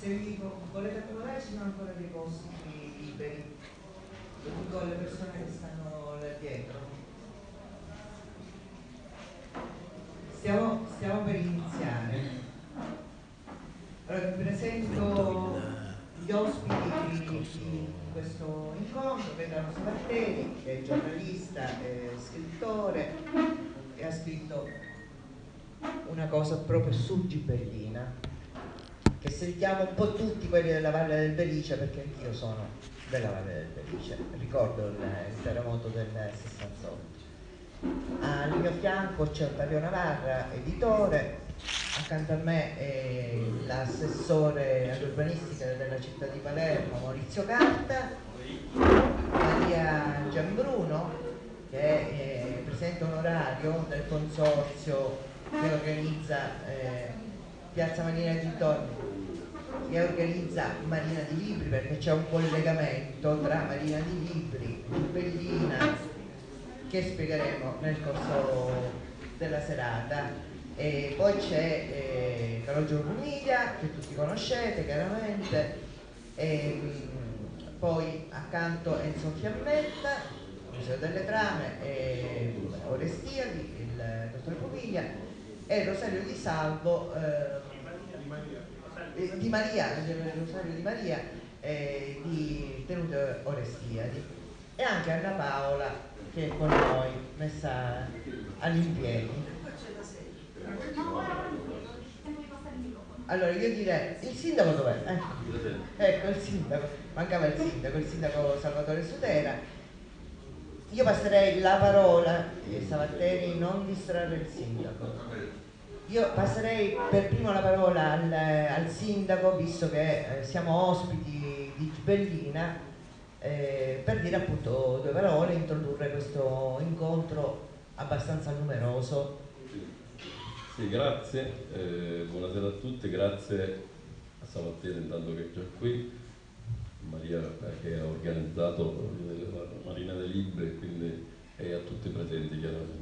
Se vi volete accomodare ci sono ancora dei posti liberi, lo dico alle persone che stanno là dietro. Stiamo per iniziare. Allora vi presento gli ospiti di questo incontro. Gaetano Sabatteri, che è giornalista, è scrittore e ha scritto una cosa proprio su Gibellina, che sentiamo un po' tutti quelli della Valle del Belice, perché anch'io sono della Valle del Belice, ricordo il terremoto del 68. Al mio fianco c'è Ottavio Navarra, editore, accanto a me è l'assessore all'urbanistica della città di Palermo Maurizio Carta, Maria Gianbruno, che è presidente onorario del consorzio che organizza Piazza Marina di dintorni, che organizza Marina di Libri, perché c'è un collegamento tra Marina di Libri, Gibellina, che spiegheremo nel corso della serata. E poi c'è Calogero Rumiglia, che tutti conoscete chiaramente, e poi accanto Enzo Fiammetta, Museo delle Trame, e Orestiadi, il dottor Rumiglia, e Rosario Di Salvo, di Maria, Rosario Di Maria, di Tenute Orestiadi, e anche Anna Paola, che è con noi, messa all'impiego. Allora io direi, il sindaco dov'è? Ecco il sindaco, mancava il sindaco Salvatore Sudera. Io passerei la parola, Sabatteri, non distrarre il sindaco. Io passerei per primo la parola al sindaco, visto che siamo ospiti di Gibellina, per dire appunto due parole, introdurre questo incontro abbastanza numeroso. Sì, grazie, buonasera a tutti, grazie a Sabatteri intanto che è già qui, Maria che ha organizzato la Marina dei Libri, quindi, e a tutti i presenti chiaramente.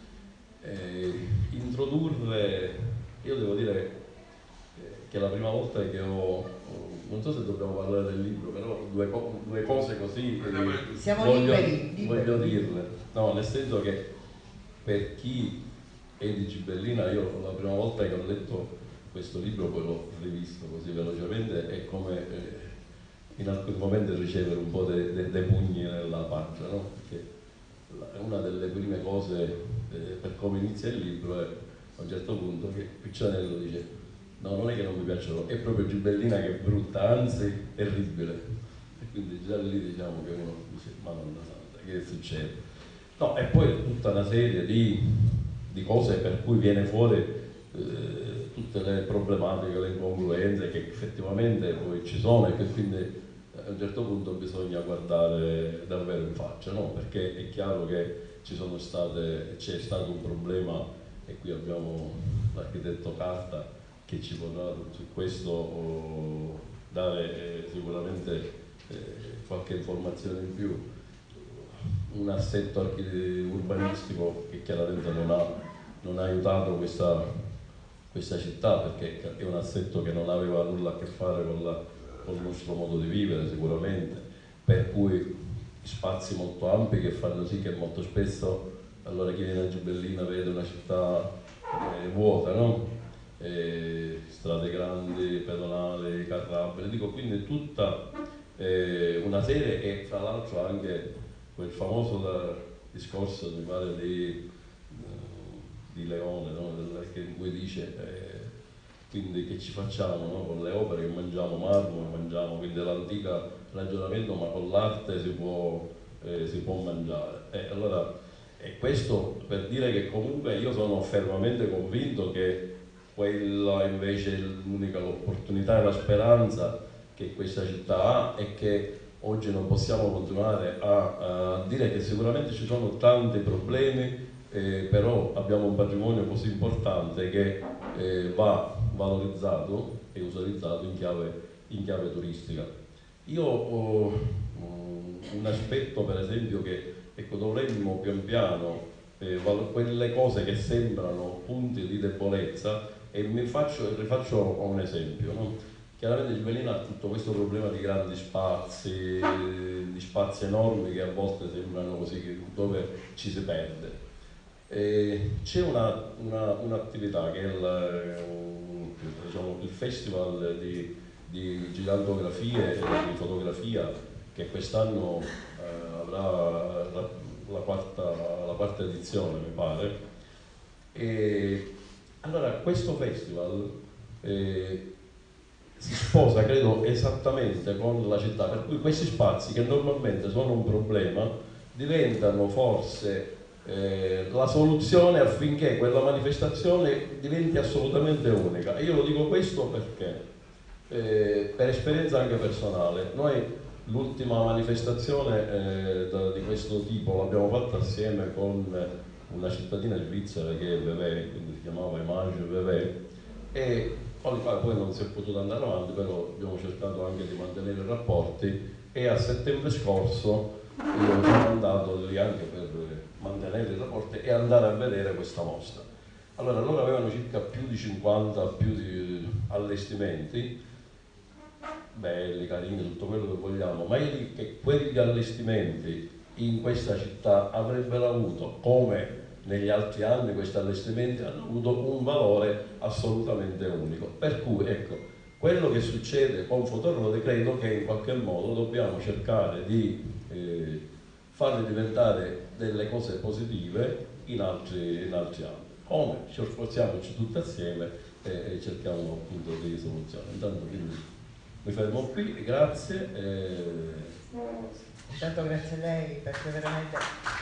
Introdurre, io devo dire che è la prima volta che non so se dobbiamo parlare del libro, però due cose così voglio dirle, no, nel senso che per chi è di Gibellina, io la prima volta che ho letto questo libro, poi l'ho rivisto così velocemente, è come in alcuni momenti ricevere un po' dei pugni nella pancia, no? Perché una delle prime cose per come inizia il libro è a un certo punto che Piccianello dice: no, non è che non mi piacciono, è proprio Gibellina che è brutta, anzi terribile. E quindi già lì diciamo che uno dice: Madonna santa, che succede? No, e poi tutta una serie di cose per cui viene fuori tutte le problematiche, le incongruenze che effettivamente poi ci sono e che quindi a un certo punto bisogna guardare davvero in faccia, no? Perché è chiaro che c'è stato un problema, e qui abbiamo l'architetto Carta che ci potrà su questo dare sicuramente qualche informazione in più. Un assetto urbanistico che chiaramente non ha aiutato questa città, perché è un assetto che non aveva nulla a che fare con il nostro modo di vivere sicuramente, per cui spazi molto ampi che fanno sì che molto spesso allora chi viene a Gibellina vede una città vuota, no? Strade grandi, pedonali, carrabile, dico, quindi tutta una serie, e tra l'altro anche quel famoso discorso mi pare di Leone, no? In cui dice quindi che ci facciamo, no? Con le opere che mangiamo marmo, mangiamo, quindi l'antica ragionamento, ma con l'arte si può mangiare. Allora, questo per dire che comunque io sono fermamente convinto che quella invece è l'unica opportunità e la speranza che questa città ha, e che oggi non possiamo continuare a dire che sicuramente ci sono tanti problemi, però abbiamo un patrimonio così importante che va valorizzato e utilizzato in chiave turistica. Io ho un aspetto, per esempio, che dovremmo pian piano quelle cose che sembrano punti di debolezza, e rifaccio un esempio, no? chiaramente Gibellina ha tutto questo problema di grandi spazi, di spazi enormi che a volte sembrano così, dove ci si perde. C'è un'attività che è il festival di gigantografie e di fotografia, che quest'anno avrà la quarta edizione, mi pare. E allora questo festival si sposa, credo, esattamente con la città, per cui questi spazi che normalmente sono un problema diventano forse la soluzione affinché quella manifestazione diventi assolutamente unica. E io lo dico questo perché per esperienza anche personale, noi l'ultima manifestazione di questo tipo l'abbiamo fatta assieme con una cittadina svizzera che è Vevey, quindi si chiamava Image Vevey, e con il quale poi non si è potuto andare avanti, però abbiamo cercato anche di mantenere i rapporti, e a settembre scorso io sono andato lì anche per mantenere i rapporti e andare a vedere questa mostra. Allora, loro avevano circa più di 50 allestimenti, belli, carini, tutto quello che vogliamo, ma io dico che quegli allestimenti in questa città avrebbero avuto, come negli altri anni questi allestimenti hanno avuto un valore assolutamente unico. Per cui, ecco, quello che succede con Fotorode credo che in qualche modo dobbiamo cercare di farle diventare delle cose positive in altri ambiti. Come? Ci sforziamoci tutti assieme e cerchiamo appunto di soluzione. Intanto quindi mi fermo qui, grazie. Intanto grazie a lei, perché veramente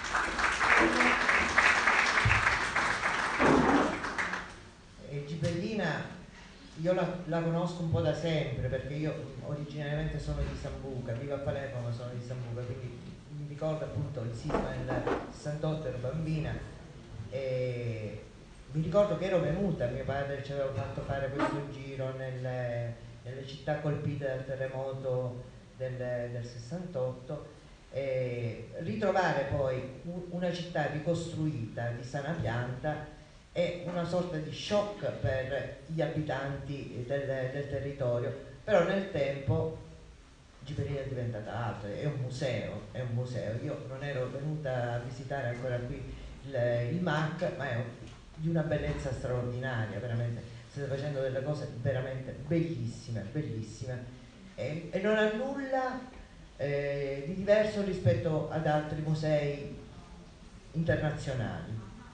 Gibellina io la conosco un po' da sempre, perché io originariamente sono di Sambuca, vivo a Palermo ma sono di Sambuca, quindi mi ricordo appunto il sisma del 68, ero bambina e mi ricordo che ero venuta, mio padre ci aveva fatto fare questo giro nelle città colpite dal terremoto del 68, e ritrovare poi una città ricostruita di sana pianta è una sorta di shock per gli abitanti del territorio, però nel tempo Gibellina è diventata altro, è un museo. Io non ero venuta a visitare ancora qui il MAC, ma è di una bellezza straordinaria, veramente state facendo delle cose veramente bellissime e non ha nulla di diverso rispetto ad altri musei internazionali.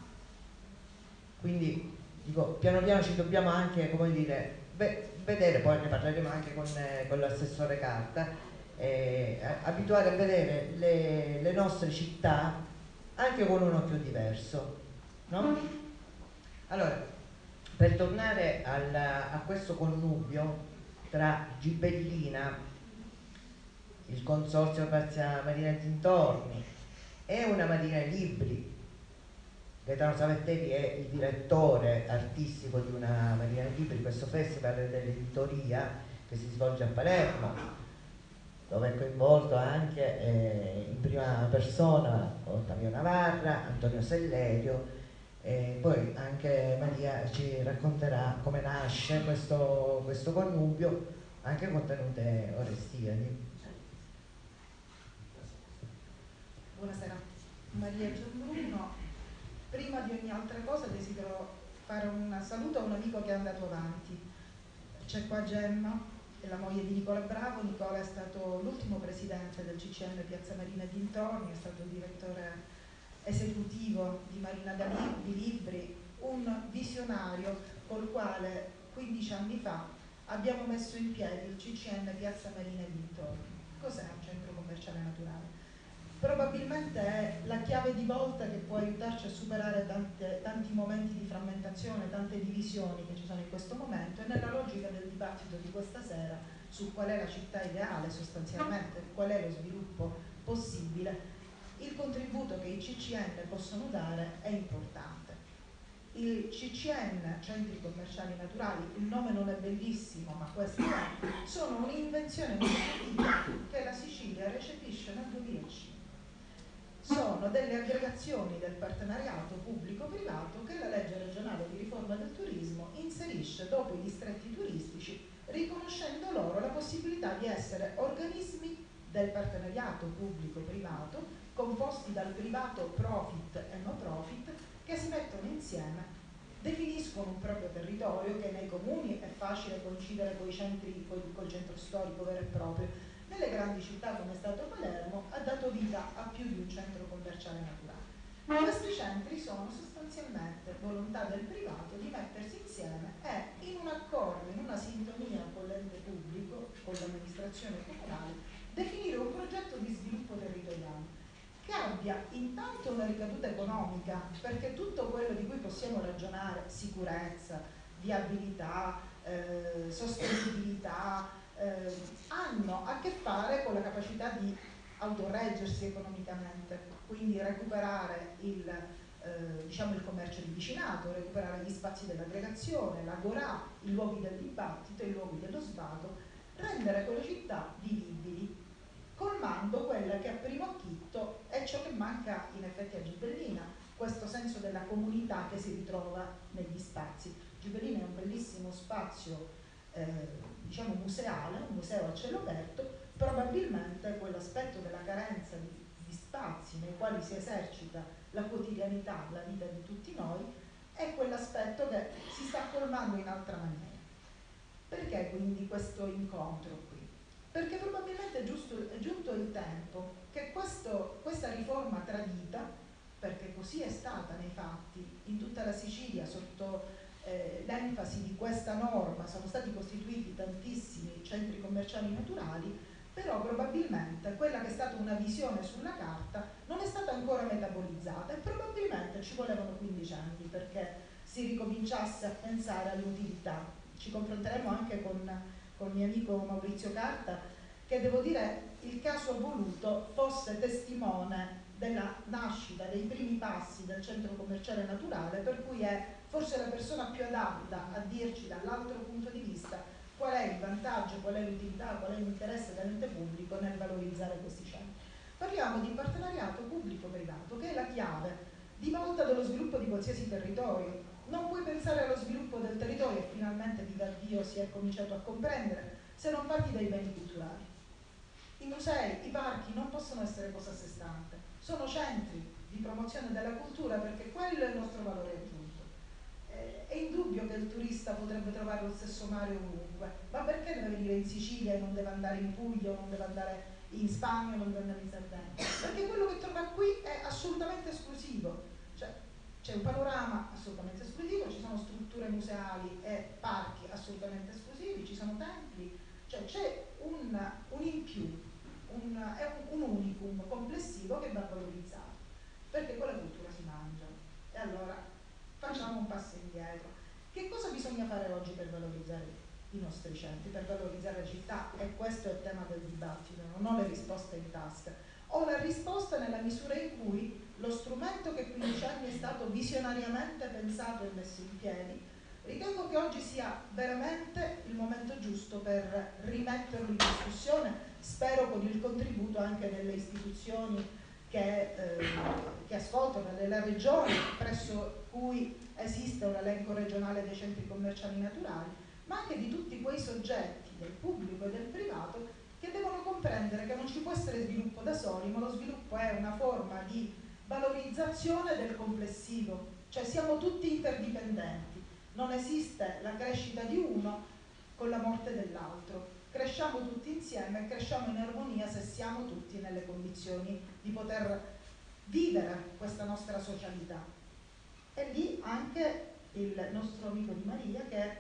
Quindi dico, piano piano ci dobbiamo anche, come dire, vedere, poi ne parleremo anche con l'assessore Carta, abituare a vedere le nostre città anche con un occhio diverso, no? Allora, per tornare a questo connubio tra Gibellina, il consorzio Piazza Marina e dintorni e una Marina ai Libri. Gaetano Savetteri è il direttore artistico di una Marina ai Libri, questo festival dell'editoria che si svolge a Palermo, dove è coinvolto anche in prima persona Ottavio Navarra, Antonio Sellerio, e poi anche Maria ci racconterà come nasce questo connubio, anche con tenute Orestiadi. Buonasera, Maria Gianbruno. Prima di ogni altra cosa desidero fare un saluto a un amico che è andato avanti. C'è qua Gemma, è la moglie di Nicola Bravo. Nicola è stato l'ultimo presidente del CCM Piazza Marina e dintorni, è stato il direttore esecutivo di Marina di Libri, un visionario col quale 15 anni fa abbiamo messo in piedi il CCM Piazza Marina e dintorni. Cos'è un centro commerciale naturale? Probabilmente è la chiave di volta che può aiutarci a superare tanti momenti di frammentazione, tante divisioni che ci sono in questo momento, e nella logica del dibattito di questa sera su qual è la città ideale, sostanzialmente qual è lo sviluppo possibile, il contributo che i CCN possono dare è importante. Il CCN, Centri Commerciali Naturali, il nome non è bellissimo, ma questo è, sono un'invenzione normativa che la Sicilia recepisce nel 2005. Sono delle aggregazioni del partenariato pubblico-privato che la legge regionale di riforma del turismo inserisce dopo i distretti turistici, riconoscendo loro del partenariato pubblico-privato, composti dal privato profit e no profit, che si mettono insieme, definiscono un proprio territorio, che nei comuni è facile coincidere con i centri, col centro storico vero e proprio. Nelle grandi città, come è stato Palermo, ha dato vita a più di un centro commerciale naturale. Questi centri sono sostanzialmente volontà del privato di mettersi insieme e in un accordo, in una sintonia con l'ente pubblico, con l'amministrazione comunale, definire un progetto di sviluppo territoriale che abbia intanto una ricaduta economica, perché tutto quello di cui possiamo ragionare, sicurezza, viabilità, sostenibilità, hanno a che fare con la capacità di autoreggersi economicamente, quindi recuperare il commercio di vicinato, recuperare gli spazi dell'aggregazione, l'agorà, i luoghi del dibattito, i luoghi dello svago, rendere quelle città vivibili, colmando quella che a primo acchitto è ciò che manca in effetti a Gibellina, questo senso della comunità che si ritrova negli spazi. Gibellina è un bellissimo spazio museale, un museo a cielo aperto. Probabilmente quell'aspetto della carenza di spazi nei quali si esercita la quotidianità, la vita di tutti noi, è quell'aspetto che si sta colmando in altra maniera. Perché quindi questo incontro qui? Perché probabilmente è giunto il tempo che questa riforma tradita, perché così è stata nei fatti, in tutta la Sicilia sotto l'enfasi di questa norma sono stati costituiti tantissimi centri commerciali naturali, però probabilmente quella che è stata una visione sulla carta non è stata ancora metabolizzata e probabilmente ci volevano 15 anni perché si ricominciasse a pensare all'utilità. Ci confronteremo anche con mio amico Maurizio Carta, che devo dire il caso ha voluto fosse testimone della nascita, dei primi passi del centro commerciale naturale, per cui è forse la persona più adatta a dirci dall'altro punto di vista qual è il vantaggio, qual è l'utilità, qual è l'interesse dell'ente pubblico nel valorizzare questi centri. Parliamo di partenariato pubblico-privato, che è la chiave di volta dello sviluppo di qualsiasi territorio. Non puoi pensare allo sviluppo del territorio, e finalmente viva Dio si è cominciato a comprendere, se non parti dai beni culturali. I musei, i parchi non possono essere cosa a sé stante, sono centri di promozione della cultura perché quello è il nostro valore aggiunto. È indubbio che il turista potrebbe trovare lo stesso mare ovunque, ma perché deve venire in Sicilia e non deve andare in Puglia, non deve andare in Spagna, non deve andare in Sardegna? Perché quello che trova qui è assolutamente esclusivo, cioè c'è un panorama assolutamente esclusivo, ci sono strutture museali e parchi assolutamente esclusivi, ci sono templi, cioè c'è un in più, è un unicum complessivo che va valorizzato, perché con la cultura si mangia. E allora facciamo un passo indietro. Che cosa bisogna fare oggi per valorizzare i nostri centri, per valorizzare la città? E questo è il tema del dibattito, non ho le risposte in tasca. Ho la risposta nella misura in cui lo strumento che 15 anni è stato visionariamente pensato e messo in piedi, ritengo che oggi sia veramente il momento giusto per rimetterlo in discussione, spero con il contributo anche delle istituzioni che ascoltano, delle regioni presso cui esiste un elenco regionale dei centri commerciali naturali, ma anche di tutti quei soggetti, del pubblico e del privato, che devono comprendere che non ci può essere sviluppo da soli, ma lo sviluppo è una forma di valorizzazione del complessivo, cioè siamo tutti interdipendenti, non esiste la crescita di uno con la morte dell'altro, cresciamo tutti insieme e cresciamo in armonia se siamo tutti nelle condizioni di poter vivere questa nostra socialità. E lì anche il nostro amico Di Maria, che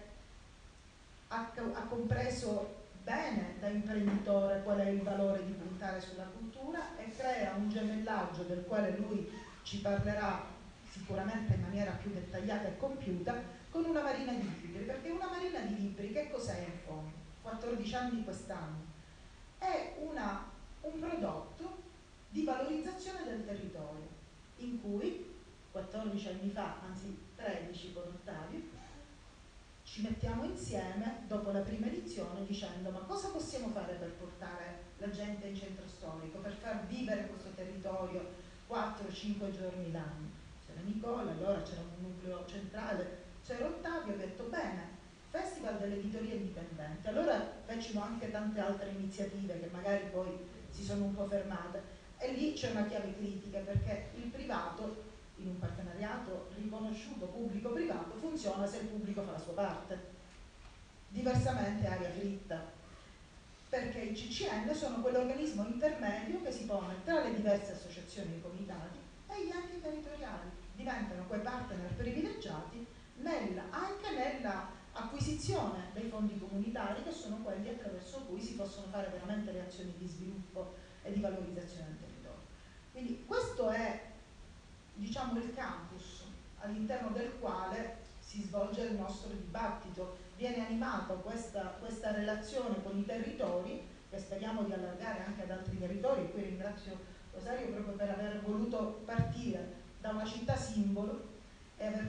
ha compreso bene da imprenditore qual è il valore di puntare sulla cultura e crea un gemellaggio del quale lui ci parlerà sicuramente in maniera più dettagliata e compiuta, con una marina di libri, perché una marina di libri che cos'è in fondo? 14 anni quest'anno, è un prodotto di valorizzazione del territorio, in cui 14 anni fa, anzi 13 con Ottavio, ci mettiamo insieme dopo la prima edizione dicendo ma cosa possiamo fare per portare la gente in centro storico, per far vivere questo territorio 4-5 giorni l'anno. C'era Nicola, allora c'era un nucleo centrale, c'era Ottavio, ha detto bene, Festival dell'editoria indipendente. Allora fecimo anche tante altre iniziative che magari poi si sono un po' fermate. E lì c'è una chiave critica, perché il privato, in un partenariato riconosciuto pubblico-privato, funziona se il pubblico fa la sua parte. Diversamente è aria fritta, perché i CCN sono quell'organismo intermedio che si pone tra le diverse associazioni e comitati e gli enti territoriali. Diventano quei partner privilegiati anche nella acquisizione dei fondi comunitari, che sono quelli attraverso cui si possono fare veramente le azioni di sviluppo e di valorizzazione del territorio. Quindi questo è, diciamo, il campus all'interno del quale si svolge il nostro dibattito. Viene animata questa relazione con i territori, che speriamo di allargare anche ad altri territori, e qui ringrazio Rosario proprio per aver voluto partire da una città simbolo e aver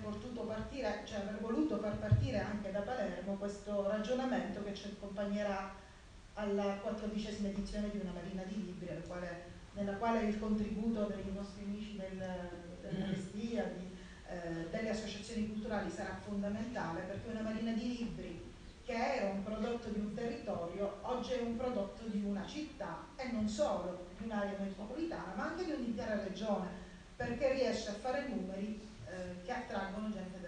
voluto far partire anche da Palermo questo ragionamento che ci accompagnerà alla 14ª edizione di Una Marina di Libri, nella quale il contributo dei nostri amici dell'Arestia, delle associazioni culturali sarà fondamentale, perché Una Marina di Libri, che era un prodotto di un territorio, oggi è un prodotto di una città, e non solo di un'area metropolitana, ma anche di un'intera regione, perché riesce a fare numeri che attraggono gente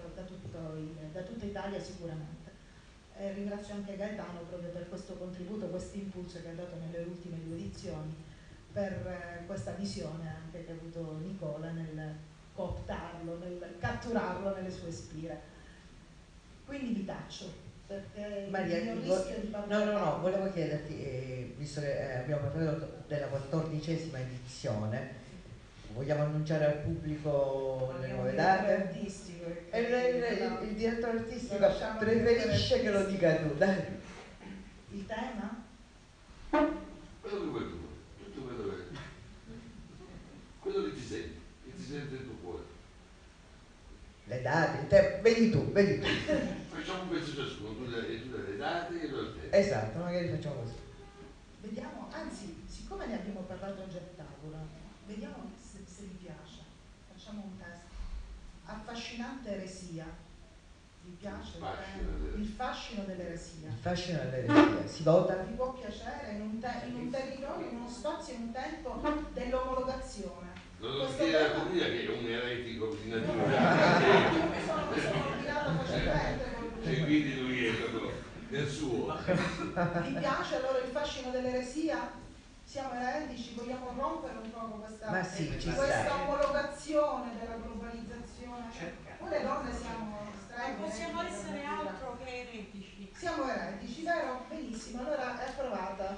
da tutta Italia sicuramente. Ringrazio anche Gaetano proprio per questo contributo, questo impulso che ha dato nelle ultime 2 edizioni, per questa visione anche che ha avuto Nicola nel cooptarlo, nel catturarlo nelle sue spire. Quindi vi taccio, perché Maria, il mio rischio di parlare. no, volevo chiederti, visto che abbiamo parlato della 14ª edizione, vogliamo annunciare al pubblico le nuove date? Il direttore artistico preferisce che lo dica tu, dai. Il tema? Quello che vuoi tu, tutto quello che ti senti nel tuo cuore. Le date, il tema, vedi tu. Facciamo un pezzo ciascuno, tu dai le date e io il tempo. Esatto, magari facciamo così. Vediamo, anzi, siccome ne abbiamo parlato già a tavola, vediamo se vi piace. Facciamo un test. Affascinante eresia. Vi piace? Il fascino dell'eresia. Il fascino dell'eresia. Si vota? Vi può piacere in un territorio, in uno spazio, in un tempo dell'omologazione. Non lo dire la comunità che è un eretico di natura. Mi sono tirata facilmente. E quindi lui è nel suo. Vi piace allora il fascino dell'eresia? Siamo eretici, vogliamo rompere un po' questa omologazione della globalizzazione. Noi le donne siamo non possiamo essere altro che eretici. Siamo eretici, vero? Benissimo, allora è approvata.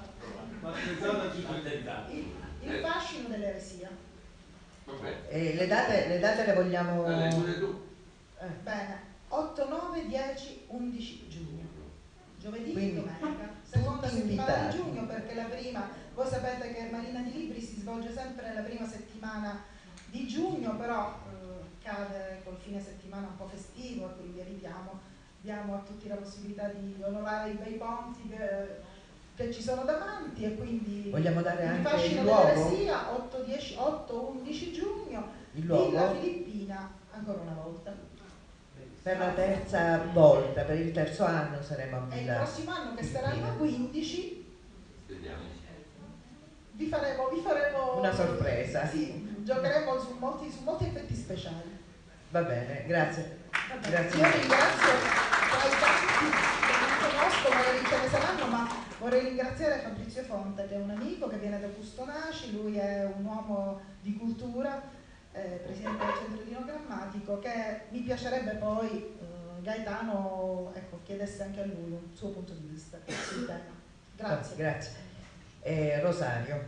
Il fascino dell'eresia. Le date le vogliamo. Bene, 8, 9, 10, 11 giugno. Giovedì, quindi, domenica, seconda settimana di giugno, perché la prima, voi sapete che Marina di Libri si svolge sempre nella prima settimana di giugno, però cade col fine settimana un po' festivo, e quindi diamo a tutti la possibilità di onorare i bei ponti che ci sono davanti, e quindi vogliamo dare anche il luogo? 8-11 giugno, Villa Filippina, ancora una volta. Per la terza volta, per il terzo anno saremo a Villa. E il prossimo anno, che saranno 15, vediamo. Vi faremo una sorpresa. Sì, giocheremo su molti effetti speciali. Va bene, grazie. Grazie. Io ringrazio tra i tanti che non conosco, magari ce ne saranno, ma vorrei ringraziare Fabrizio Fonte, che è un amico che viene da Custonaci, lui è un uomo di cultura, presidente del centro dinogrammatico, che mi piacerebbe poi Gaetano chiedesse anche a lui un suo punto di vista sul tema. Grazie. Rosario,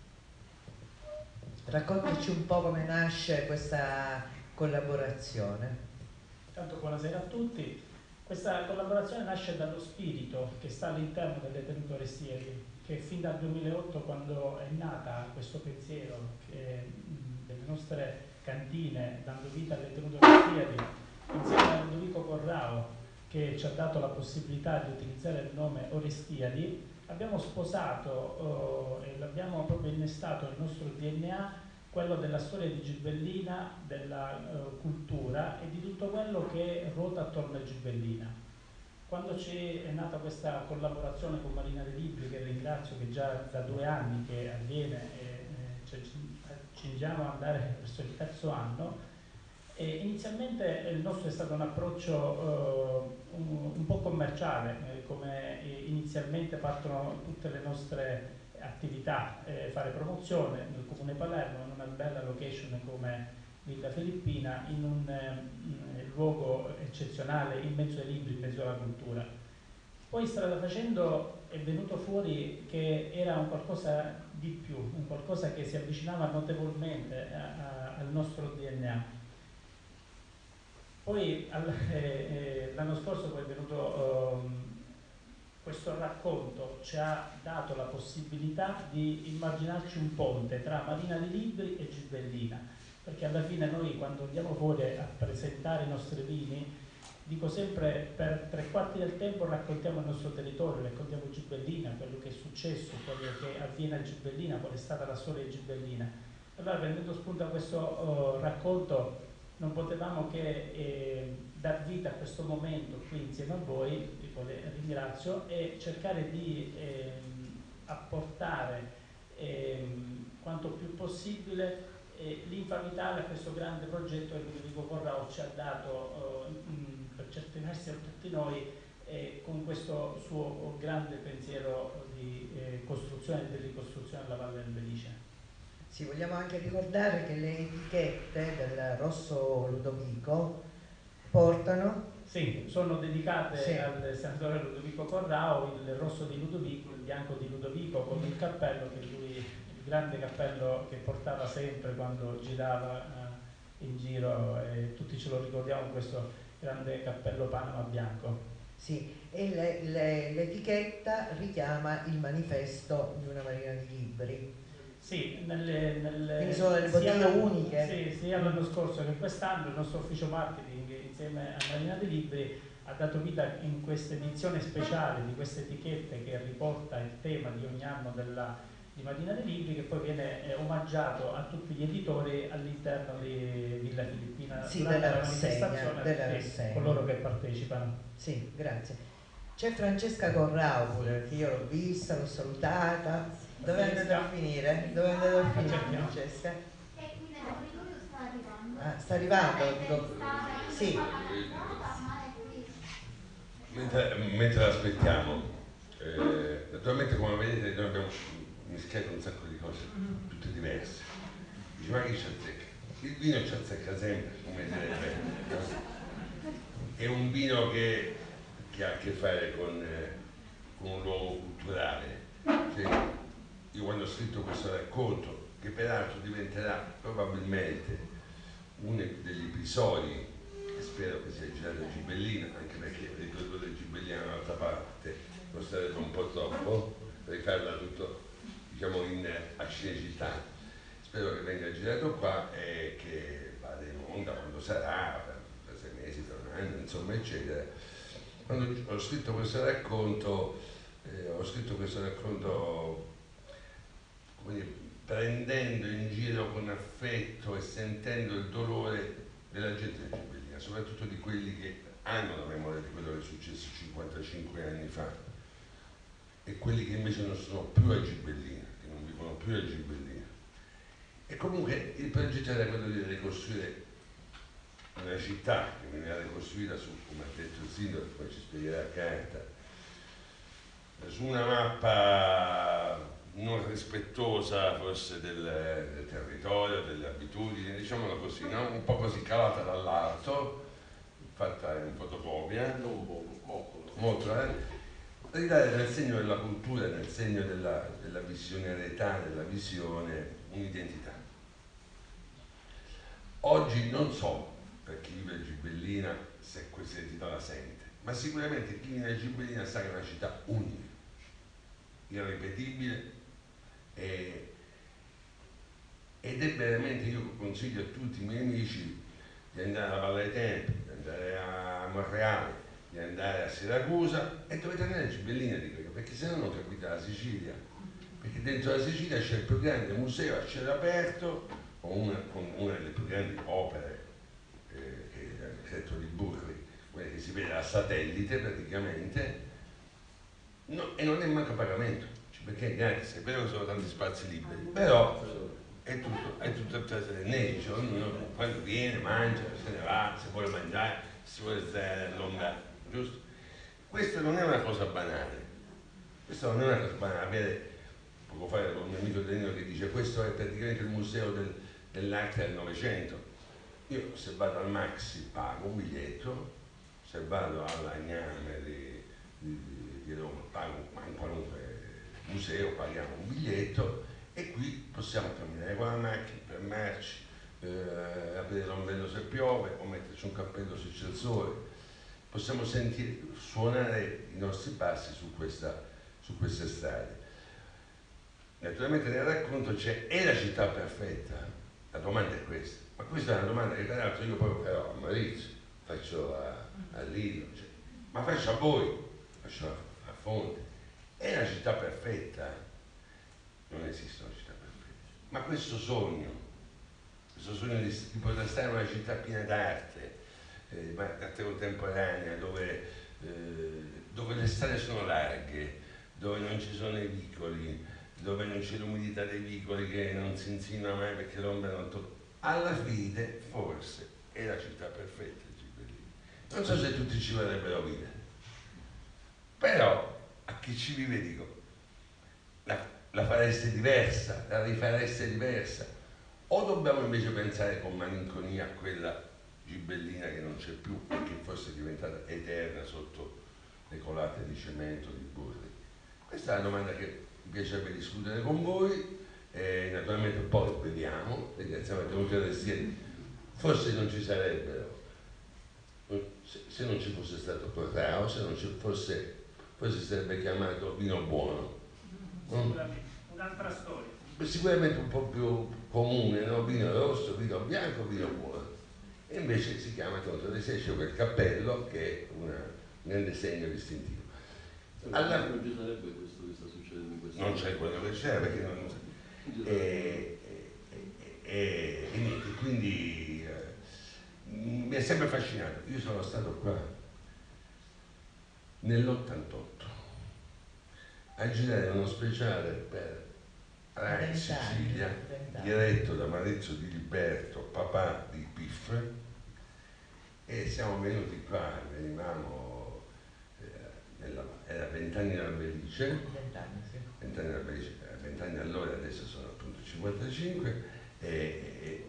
raccontaci un po' come nasce questa collaborazione. Tanto buonasera a tutti. Questa collaborazione nasce dallo spirito che sta all'interno delle tenute Orestieri, che fin dal 2008, quando è nata questo pensiero delle nostre cantine, dando vita alle tenute Orestieri, insieme a Ludovico Corrao, che ci ha dato la possibilità di utilizzare il nome Orestiadi, abbiamo sposato e l'abbiamo proprio innestato nel nostro DNA quello della storia di Gibellina, della cultura e di tutto quello che ruota attorno a Gibellina. Quando è nata questa collaborazione con Marina dei Libri, che ringrazio, che già da 2 anni che avviene e ci accingiamo ad andare verso il 3° anno, inizialmente il nostro è stato un approccio un po' commerciale, come inizialmente partono tutte le nostre attività, fare promozione nel Comune Palermo, in una bella location come Villa Filippina, in un luogo eccezionale, in mezzo ai libri, in mezzo alla cultura. Poi strada facendo è venuto fuori che era un qualcosa di più, un qualcosa che si avvicinava notevolmente al nostro DNA. Poi l'anno scorso poi è venuto questo racconto, ci ha dato la possibilità di immaginarci un ponte tra Marina dei Libri e Gibellina, perché alla fine noi quando andiamo fuori a presentare i nostri vini, dico sempre, per 3/4 del tempo raccontiamo il nostro territorio, raccontiamo Gibellina, quello che è successo, quello che avviene a Gibellina, qual è stata la storia di Gibellina. Allora, prendendo spunto a questo racconto, non potevamo che dar vita a questo momento qui insieme a voi, di quale ringrazio, e cercare di apportare quanto più possibile l'infamità a questo grande progetto che Ludovico Corrao ci ha dato per certi versi a tutti noi, con questo suo grande pensiero di costruzione e di ricostruzione della Valle del Belice. Sì, vogliamo anche ricordare che le etichette del rosso Ludovico portano... Sì, sono dedicate al senatore Ludovico Corrao, il rosso di Ludovico, il bianco di Ludovico, con il cappello che lui, il grande cappello che portava sempre quando girava in giro, e tutti ce lo ricordiamo, questo grande cappello Panama bianco. Sì, e l'etichetta richiama il manifesto di una Marina di Libri. Sì, quindi sono delle bottiglie uniche. Sì, sia l'anno scorso che quest'anno il nostro ufficio marketing insieme a Marina dei Libri ha dato vita in questa edizione speciale di queste etichette che riporta il tema di ogni anno di Marina dei Libri, che poi viene omaggiato a tutti gli editori all'interno di Villa Filippina, sì, durante della la manifestazione, rassegna. coloro che partecipano. Sì, grazie. C'è Francesca Corrao pure, che io l'ho vista, l'ho salutata. Dove è andata a finire? Dove è andata a finire Francesca? Qui nel corridoio sta arrivando. Ah, sta arrivando? Sì. Mentre aspettiamo, naturalmente come vedete noi abbiamo mischiato un sacco di cose, tutte diverse. Dice, ma chi ci azzecca? Il vino ci azzecca sempre, come direbbe. È un vino che ha a che fare con un luogo culturale. Cioè, io quando ho scritto questo racconto, che peraltro diventerà probabilmente uno degli episodi, che spero che sia girato a Gibellina, anche perché il ritorno di Gibellina da un'altra parte non sarebbe un po' troppo, per farla tutto, diciamo, a Cinecittà. Spero che venga girato qua e che vada in onda quando sarà, per 6 mesi, per 1 anno, insomma, eccetera. Quando ho scritto questo racconto, prendendo in giro con affetto e sentendo il dolore della gente di Gibellina, soprattutto di quelli che hanno la memoria di quello che è successo 55 anni fa e quelli che invece non sono più a Gibellina, che non vivono più a Gibellina. E comunque il progetto era quello di ricostruire una città che veniva ricostruita su, come ha detto il sindaco, poi ci spiegherà a carta, su una mappa non rispettosa forse del territorio, delle abitudini, diciamolo così, no? Un po' così calata dall'alto, fatta in fotocopia, molto, ridare nel segno della cultura, nel segno della visionarietà, della visione, un'identità. Oggi non so per chi vive a Gibellina se questa identità la sente, ma sicuramente chi vive a Gibellina sa che è una città unica, irripetibile, ed è veramente, io consiglio a tutti i miei amici di andare alla Valle dei Tempi, di andare a Monreale, di andare a Siracusa, e dovete andare a Gibellina, dico io, perché se no non capite la Sicilia, perché dentro la Sicilia c'è il più grande museo a cielo aperto con una delle più grandi opere che è l'architetto di Burri, quella che si vede a satellite praticamente, no, e non è manco pagamento, perché è gratis, è vero che sono tanti spazi liberi, però è tutto a casa del nefice, ognuno quando viene, mangia, se ne va, se vuole mangiare, se vuole stare allungare, giusto? Questa non è una cosa banale, avere, poco fa con un mio amico Danilo che dice questo è praticamente il museo dell'arte del Novecento. Io se vado al Maxi pago un biglietto, se vado alla Gname di Roma pago, ma in qualunque museo paghiamo un biglietto, e qui possiamo camminare con la macchina, fermarci, aprire l'ombrello se piove o metterci un cappello se c'è il sole, possiamo sentire, suonare i nostri passi su queste strade. Naturalmente nel racconto è la città perfetta? La domanda è questa, ma questa è una domanda che peraltro io poi farò a Maurizio, faccio a Lido, cioè, ma faccio a voi, faccio a Fonte. È la città perfetta? Non esiste una città perfetta, ma questo sogno di poter stare in una città piena d'arte, arte contemporanea, dove le strade sono larghe, dove non ci sono i vicoli, dove non c'è l'umidità dei vicoli che non si insinua mai perché l'ombra non tocca. Alla fine, forse, è la città perfetta il Gibellino. Non so se tutti ci vorrebbero vivere, però a chi ci vive dico, la fareste diversa, la rifareste diversa, o dobbiamo invece pensare con malinconia a quella Gibellina che non c'è più, perché forse è diventata eterna sotto le colate di cemento, di burri? Questa è una domanda che mi piacerebbe discutere con voi, naturalmente poi vediamo, siamo tenuti a restare, forse non ci sarebbero, se non ci fosse stato Corrao, se non ci fosse, si sarebbe chiamato vino buono. Sicuramente, un'altra storia. Sicuramente un po' più comune, no? Vino rosso, vino bianco, vino buono. E invece si chiama Tonto dei Sei, c'è quel cappello che è un grande segno distintivo. Non ci sarebbe questo che sta succedendo in questo non c'è quello che c'è perché non e niente, quindi mi è sempre affascinato. Io sono stato qua nell'88 a girare uno speciale per Rai Sicilia diretto da Maurizio Di Liberto, papà di Piff, e siamo venuti qua, venivamo era 20 anni alla Belice, 20 anni alla Belice, 20 anni allora, adesso sono appunto 55 e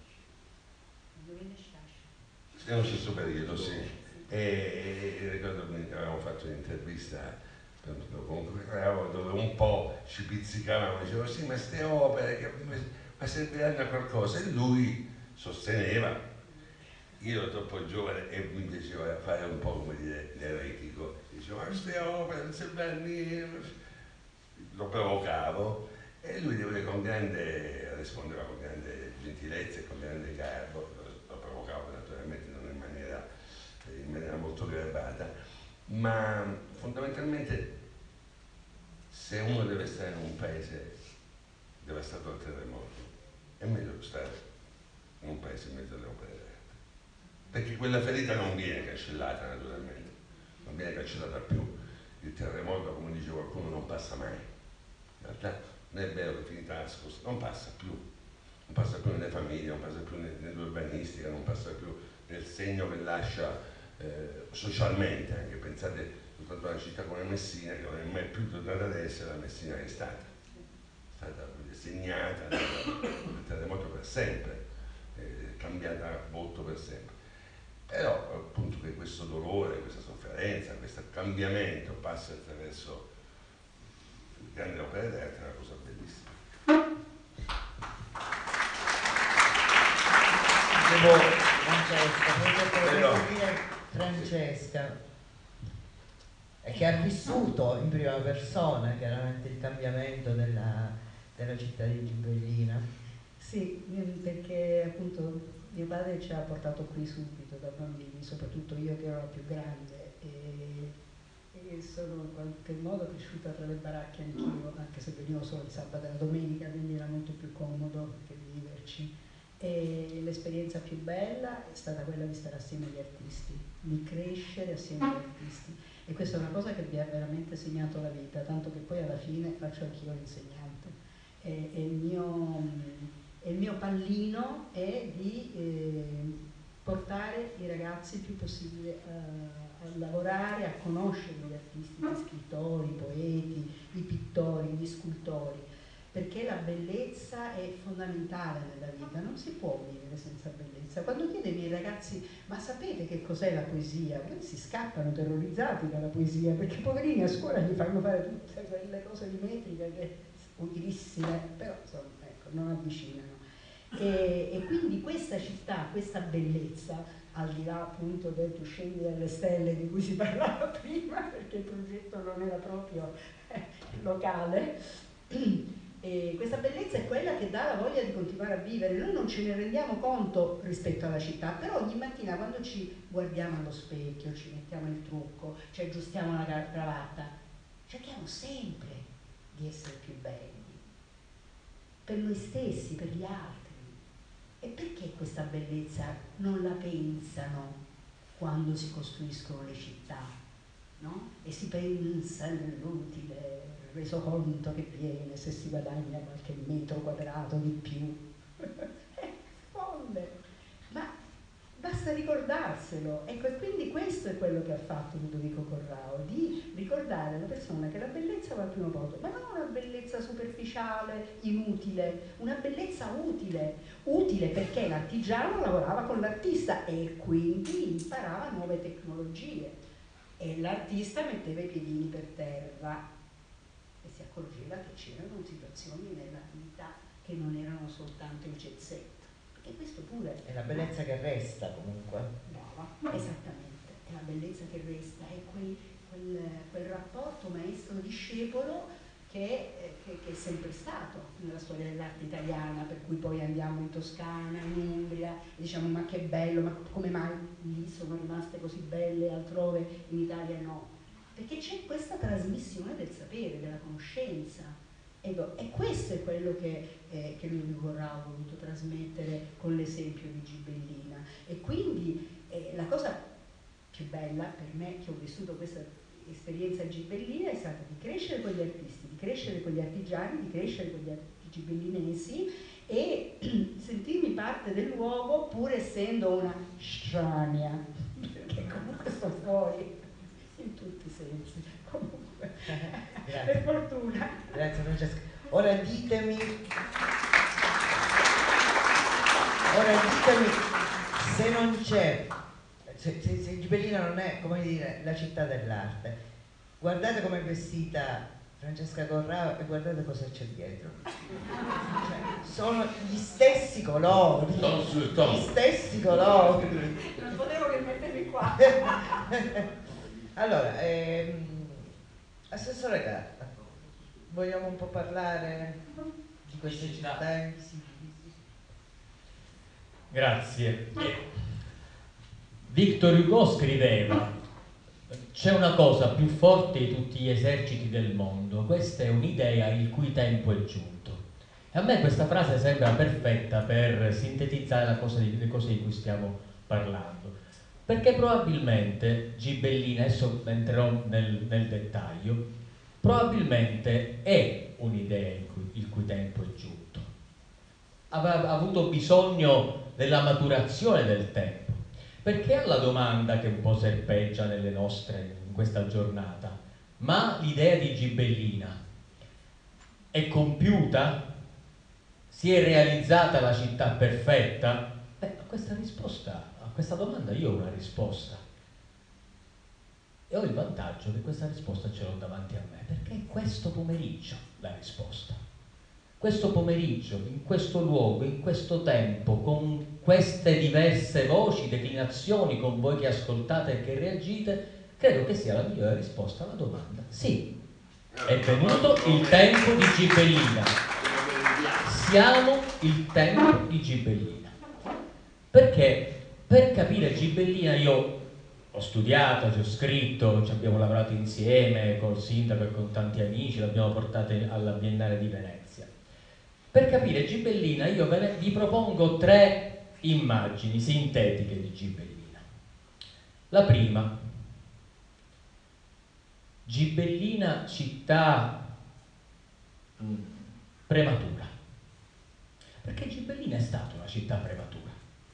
nello stesso periodo, sì. E ricordo che avevamo fatto un'intervista dove un po' ci pizzicavamo, dicevo sì, ma ste opere ma serviranno a qualcosa, e lui sosteneva, io ero troppo giovane e mi piaceva fare un po' come dire l'eretico, dicevo ma ste opere non serviranno a niente, lo provocavo e lui rispondeva con grande gentilezza e con grande garbo, lo provocavo naturalmente non in maniera molto garbata, ma fondamentalmente se uno deve stare in un paese devastato dal terremoto è meglio stare in un paese in mezzo alle opere d'arte, perché quella ferita non viene cancellata naturalmente, non viene cancellata più. Il terremoto, come dice qualcuno, non passa mai, in realtà non è vero che finita la scossa non passa più nelle famiglie, non passa più nell'urbanistica, non passa più nel segno che lascia socialmente. Anche pensate soltanto a una città come Messina, che non è mai più tornata ad essere la Messina che è stata segnata dal terremoto per sempre, cambiata a volto per sempre. Però appunto che questo dolore, questa sofferenza, questo cambiamento passa attraverso le grandi opere d'arte è una cosa bellissima. Francesca, che ha vissuto in prima persona chiaramente il cambiamento della città di Gibellina. Sì, perché appunto mio padre ci ha portato qui subito da bambini, soprattutto io che ero la più grande, e sono in qualche modo cresciuta tra le baracche anch'io, anche se venivo solo il sabato e la domenica, quindi era molto più comodo che viverci. E l'esperienza più bella è stata quella di stare assieme agli artisti, di crescere assieme agli artisti. E questa è una cosa che mi ha veramente segnato la vita, tanto che poi alla fine faccio anch'io l'insegnante. E il mio pallino è di portare i ragazzi il più possibile a lavorare, a conoscere gli artisti, gli scrittori, i poeti, i pittori, gli scultori, perché la bellezza è fondamentale nella vita, non si può vivere senza bellezza. Quando chiedo ai miei ragazzi, ma sapete che cos'è la poesia? Poi si scappano terrorizzati dalla poesia, perché poverini a scuola gli fanno fare tutte quelle cose di metrica che utilissime, però insomma, ecco, non avvicinano. E quindi questa città, questa bellezza, al di là appunto del tu scendi dalle stelle di cui si parlava prima, perché il progetto non era proprio locale, e questa bellezza è quella che dà la voglia di continuare a vivere. Noi non ce ne rendiamo conto rispetto alla città, però ogni mattina quando ci guardiamo allo specchio, ci mettiamo il trucco, ci aggiustiamo la cravatta, cerchiamo sempre di essere più belli, per noi stessi, per gli altri. E perché questa bellezza non la pensano quando si costruiscono le città, no? E si pensa nell'utile resoconto che viene se si guadagna qualche metro quadrato di più. Folle! Ma basta ricordarselo. Ecco, e quindi questo è quello che ha fatto Ludovico Corrao, di ricordare alla persona che la bellezza va al primo posto, ma non una bellezza superficiale, inutile, una bellezza utile perché l'artigiano lavorava con l'artista e quindi imparava nuove tecnologie e l'artista metteva i piedini per terra e si accorgeva che c'erano situazioni nella vita che non erano soltanto il jet set. E questo pure è la bellezza che resta comunque. Brava, esattamente, è la bellezza che resta, è quel rapporto maestro-discepolo che è sempre stato nella storia dell'arte italiana, per cui poi andiamo in Toscana, in Umbria, e diciamo ma che bello, ma come mai lì sono rimaste così belle, altrove in Italia no? Perché c'è questa trasmissione del sapere, della conoscenza. E questo è quello che Ludovico Corrao ha voluto trasmettere con l'esempio di Gibellina. E quindi la cosa più bella per me, che ho vissuto questa esperienza a Gibellina, è stata di crescere con gli artisti, di crescere con gli artigiani, di crescere con gli gibellinesi e sentirmi parte del luogo pur essendo una strania, perché comunque sto fuori in tutti i sensi. Comunque, per fortuna. Grazie Francesca. Ora ditemi se non c'è, se Gibellina non è, come dire, la città dell'arte, guardate come è vestita Francesca Corrao e guardate cosa c'è dietro. Cioè, sono gli stessi colori. Gli stessi colori. Non potevo che mettermi qua. Allora, Assessore Gatta, vogliamo un po' parlare di queste città? Grazie. Victor Hugo scriveva: c'è una cosa più forte di tutti gli eserciti del mondo, questa è un'idea il cui tempo è giunto. E a me questa frase sembra perfetta per sintetizzare le cose di cui stiamo parlando, perché probabilmente Gibellina, adesso entrerò nel dettaglio, probabilmente è un'idea il cui tempo è giunto. Aveva avuto bisogno della maturazione del tempo, perché alla domanda che un po' serpeggia in questa giornata, ma l'idea di Gibellina è compiuta? Si è realizzata la città perfetta? Beh, a questa domanda io ho una risposta. E ho il vantaggio che questa risposta ce l'ho davanti a me, perché è questo pomeriggio la risposta. Questo pomeriggio, in questo luogo, in questo tempo, con queste diverse voci, declinazioni, con voi che ascoltate e che reagite, credo che sia la migliore risposta alla domanda. Sì, è venuto il tempo di Gibellina. Siamo il tempo di Gibellina. Perché per capire Gibellina io ho studiato, ci ho scritto, ci abbiamo lavorato insieme col sindaco e con tanti amici, l'abbiamo portata alla Biennale di Venezia. Per capire Gibellina io vi propongo 3 immagini sintetiche di Gibellina. La prima, Gibellina città prematura, perché Gibellina è stata una città prematura.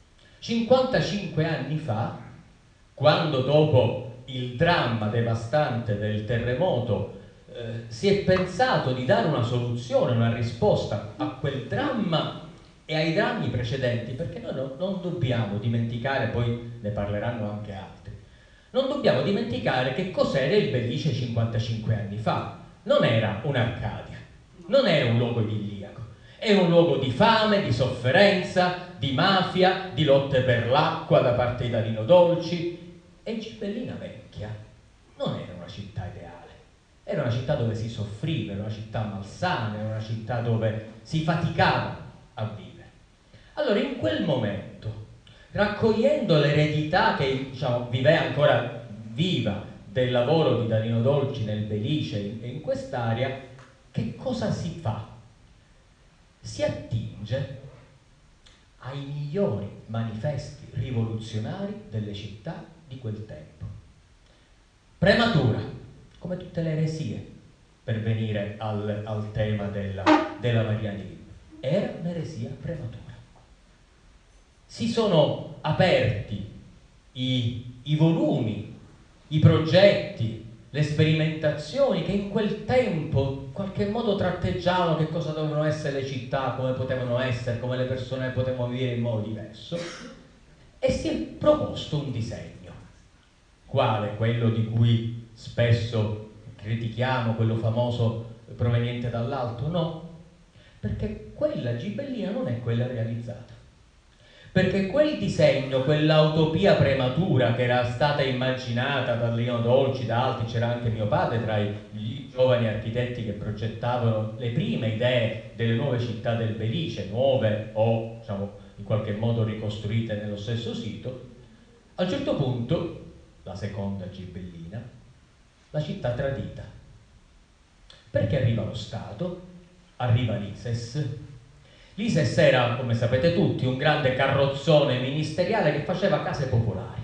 55 anni fa, quando dopo il dramma devastante del terremoto si è pensato di dare una soluzione, una risposta a quel dramma e ai drammi precedenti, perché noi non dobbiamo dimenticare, poi ne parleranno anche altri, non dobbiamo dimenticare che cos'era il Belice 55 anni fa. Non era un'Arcadia, non era un luogo idilliaco, era un luogo di fame, di sofferenza, di mafia, di lotte per l'acqua da parte di Danilo Dolci. E Gibellina Vecchia non era una città ideale, era una città dove si soffriva, era una città malsana, era una città dove si faticava a vivere. Allora in quel momento, raccogliendo l'eredità che viveva ancora viva del lavoro di Danilo Dolci nel Belice e in quest'area, che cosa si fa? Si attinge ai migliori manifesti rivoluzionari delle città di quel tempo. Prematura, come tutte le eresie, per venire al tema della Maria di Villa. Era un'eresia prematura. Si sono aperti i volumi, i progetti, le sperimentazioni che in quel tempo in qualche modo tratteggiavano che cosa dovevano essere le città, come potevano essere, come le persone potevano vivere in modo diverso, e si è proposto un disegno. Quale? Quello di cui spesso critichiamo, quello famoso proveniente dall'alto? No, perché quella Gibellina non è quella realizzata. Perché quel disegno, quell'utopia prematura che era stata immaginata da Danilo Dolci, da altri, c'era anche mio padre tra i giovani architetti che progettavano le prime idee delle nuove città del Belice, nuove o in qualche modo ricostruite nello stesso sito, a un certo punto, la seconda Gibellina, la città tradita. Perché arriva lo Stato, arriva l'ISES. L'ISES era, come sapete tutti, un grande carrozzone ministeriale che faceva case popolari.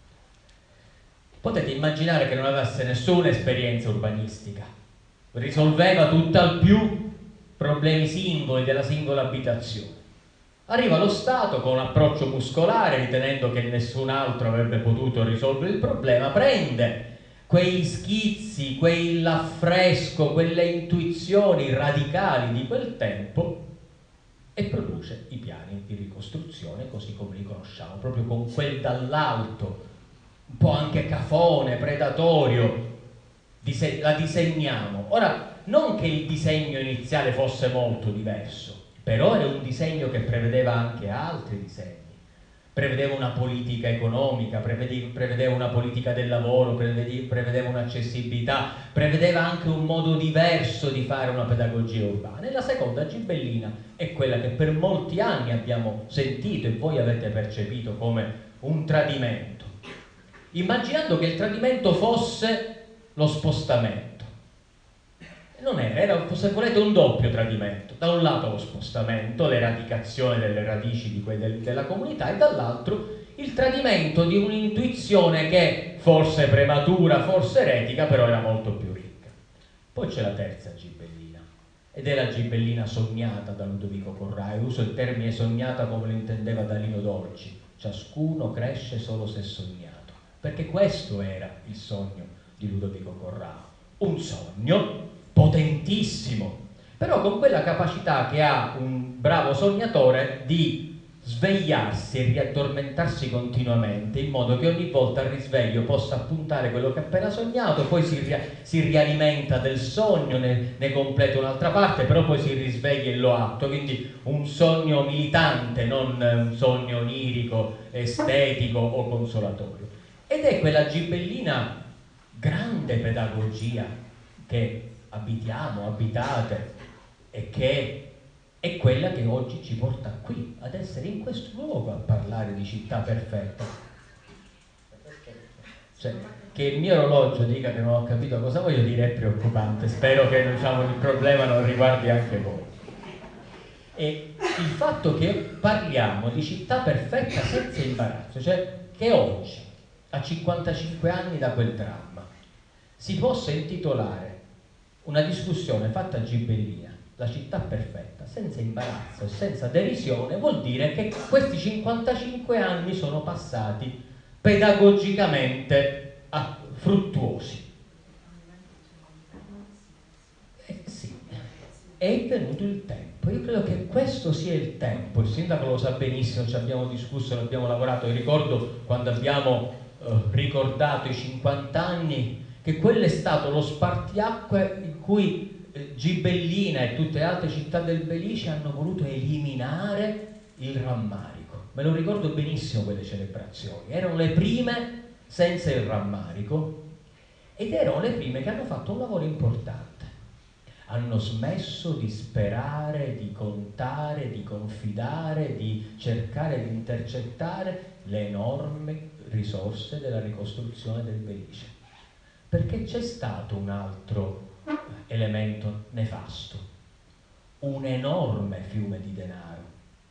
Potete immaginare che non avesse nessuna esperienza urbanistica, risolveva tutt'al più problemi singoli della singola abitazione. Arriva lo Stato con un approccio muscolare, ritenendo che nessun altro avrebbe potuto risolvere il problema, prende quei schizzi, quell'affresco, quelle intuizioni radicali di quel tempo e produce i piani di ricostruzione così come li conosciamo, proprio con quel dall'alto, un po' anche cafone, predatorio, la disegniamo. Ora, non che il disegno iniziale fosse molto diverso, però era un disegno che prevedeva anche altri disegni. Prevedeva una politica economica, prevedeva una politica del lavoro, prevedeva un'accessibilità, prevedeva anche un modo diverso di fare una pedagogia urbana. E la seconda Gibellina è quella che per molti anni abbiamo sentito e voi avete percepito come un tradimento, immaginando che il tradimento fosse lo spostamento. Non era, se volete, un doppio tradimento. Da un lato lo spostamento, l'eradicazione delle radici della comunità, e dall'altro il tradimento di un'intuizione che forse prematura, forse eretica, però era molto più ricca. Poi c'è la terza Gibellina, ed è la Gibellina sognata da Ludovico Corrao. Uso il termine sognata come lo intendeva Danilo Dolci: ciascuno cresce solo se sognato, perché questo era il sogno di Ludovico Corrao, un sogno potentissimo, però con quella capacità che ha un bravo sognatore di svegliarsi e riaddormentarsi continuamente, in modo che ogni volta al risveglio possa appuntare quello che ha appena sognato, poi si rialimenta del sogno, ne completa un'altra parte, però poi si risveglia e lo attua. Quindi un sogno militante, non un sogno onirico, estetico o consolatorio. Ed è quella Gibellina grande pedagogia che abitiamo, abitate, e che è quella che oggi ci porta qui, ad essere in questo luogo a parlare di città perfetta. Cioè, che il mio orologio dica che non ho capito cosa voglio dire è preoccupante. Spero che il problema non riguardi anche voi. E il fatto che parliamo di città perfetta senza imbarazzo, cioè che oggi, a 55 anni da quel dramma, si possa intitolare una discussione fatta a Gibellina, la città perfetta, senza imbarazzo e senza derisione, vuol dire che questi 55 anni sono passati pedagogicamente fruttuosi. Sì, è venuto il tempo. Io credo che questo sia il tempo. Il sindaco lo sa benissimo, ci abbiamo discusso, ne abbiamo lavorato. Io ricordo quando abbiamo ricordato i 50 anni, che quello è stato lo spartiacque in cui Gibellina e tutte le altre città del Belice hanno voluto eliminare il rammarico. Me lo ricordo benissimo quelle celebrazioni. Erano le prime senza il rammarico ed erano le prime che hanno fatto un lavoro importante. Hanno smesso di sperare, di contare, di confidare, di cercare di intercettare le enormi risorse della ricostruzione del Belice. Perché c'è stato un altro elemento nefasto, un enorme fiume di denaro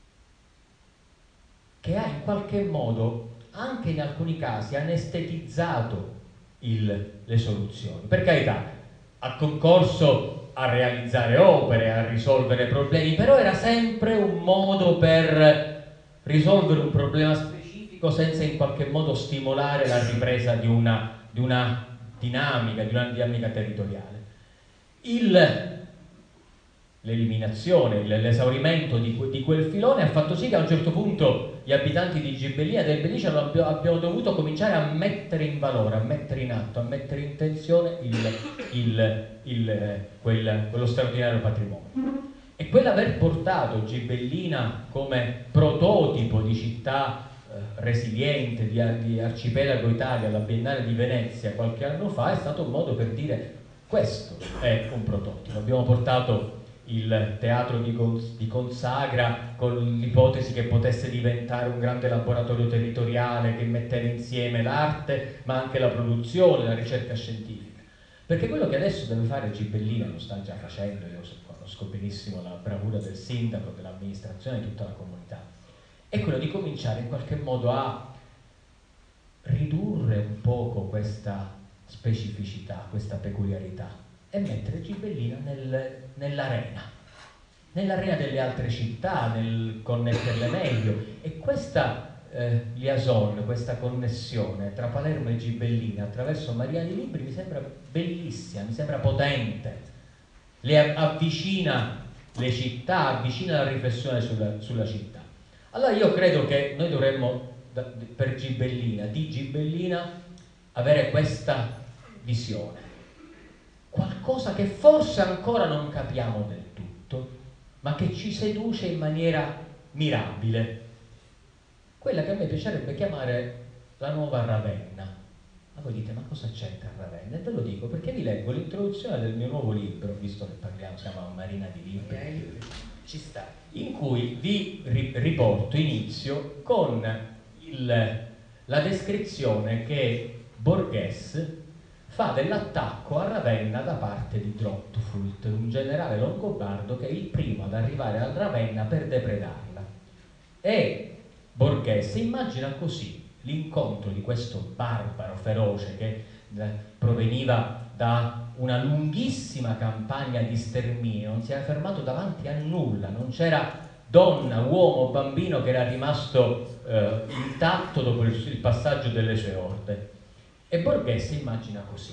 che ha in qualche modo, anche in alcuni casi, anestetizzato le soluzioni. Per carità, ha concorso a realizzare opere, a risolvere problemi, però era sempre un modo per risolvere un problema specifico senza in qualche modo stimolare la ripresa di una dinamica territoriale. L'eliminazione, l'esaurimento di quel filone ha fatto sì che a un certo punto gli abitanti di Gibellina e del Belice abbiano dovuto cominciare a mettere in valore, a mettere in atto, a mettere in tensione quello straordinario patrimonio. E quell'aver portato Gibellina come prototipo di città resiliente, di arcipelago Italia alla Biennale di Venezia qualche anno fa è stato un modo per dire: questo è un prototipo. Abbiamo portato il teatro di Consagra con l'ipotesi che potesse diventare un grande laboratorio territoriale che metteva insieme l'arte ma anche la produzione, la ricerca scientifica, perché quello che adesso deve fare Gibellina lo sta già facendo. Io conosco benissimo la bravura del sindaco, dell'amministrazione e di tutta la comunità, è quello di cominciare in qualche modo a ridurre un poco questa specificità, questa peculiarità e mettere Gibellina nell'arena delle altre città, nel connetterle meglio. E questa liaison, questa connessione tra Palermo e Gibellina attraverso Maria di Libri mi sembra bellissima, mi sembra potente, le avvicina le città, avvicina la riflessione sulla città. Allora io credo che noi dovremmo per Gibellina, di Gibellina, avere questa visione, qualcosa che forse ancora non capiamo del tutto, ma che ci seduce in maniera mirabile, quella che a me piacerebbe chiamare la nuova Ravenna. Ma voi dite: ma cosa c'entra Ravenna? E ve lo dico perché vi leggo l'introduzione del mio nuovo libro, visto che siamo a Marina di Libri, ci sta, in cui vi riporto, inizio con la descrizione che Borghese fa dell'attacco a Ravenna da parte di Drottfult, un generale longobardo che è il primo ad arrivare a Ravenna per depredarla. E Borghese immagina così l'incontro di questo barbaro feroce che proveniva da una lunghissima campagna di sterminio, non si era fermato davanti a nulla, non c'era donna, uomo, bambino che era rimasto intatto dopo il passaggio delle sue orde. E Borghese immagina così: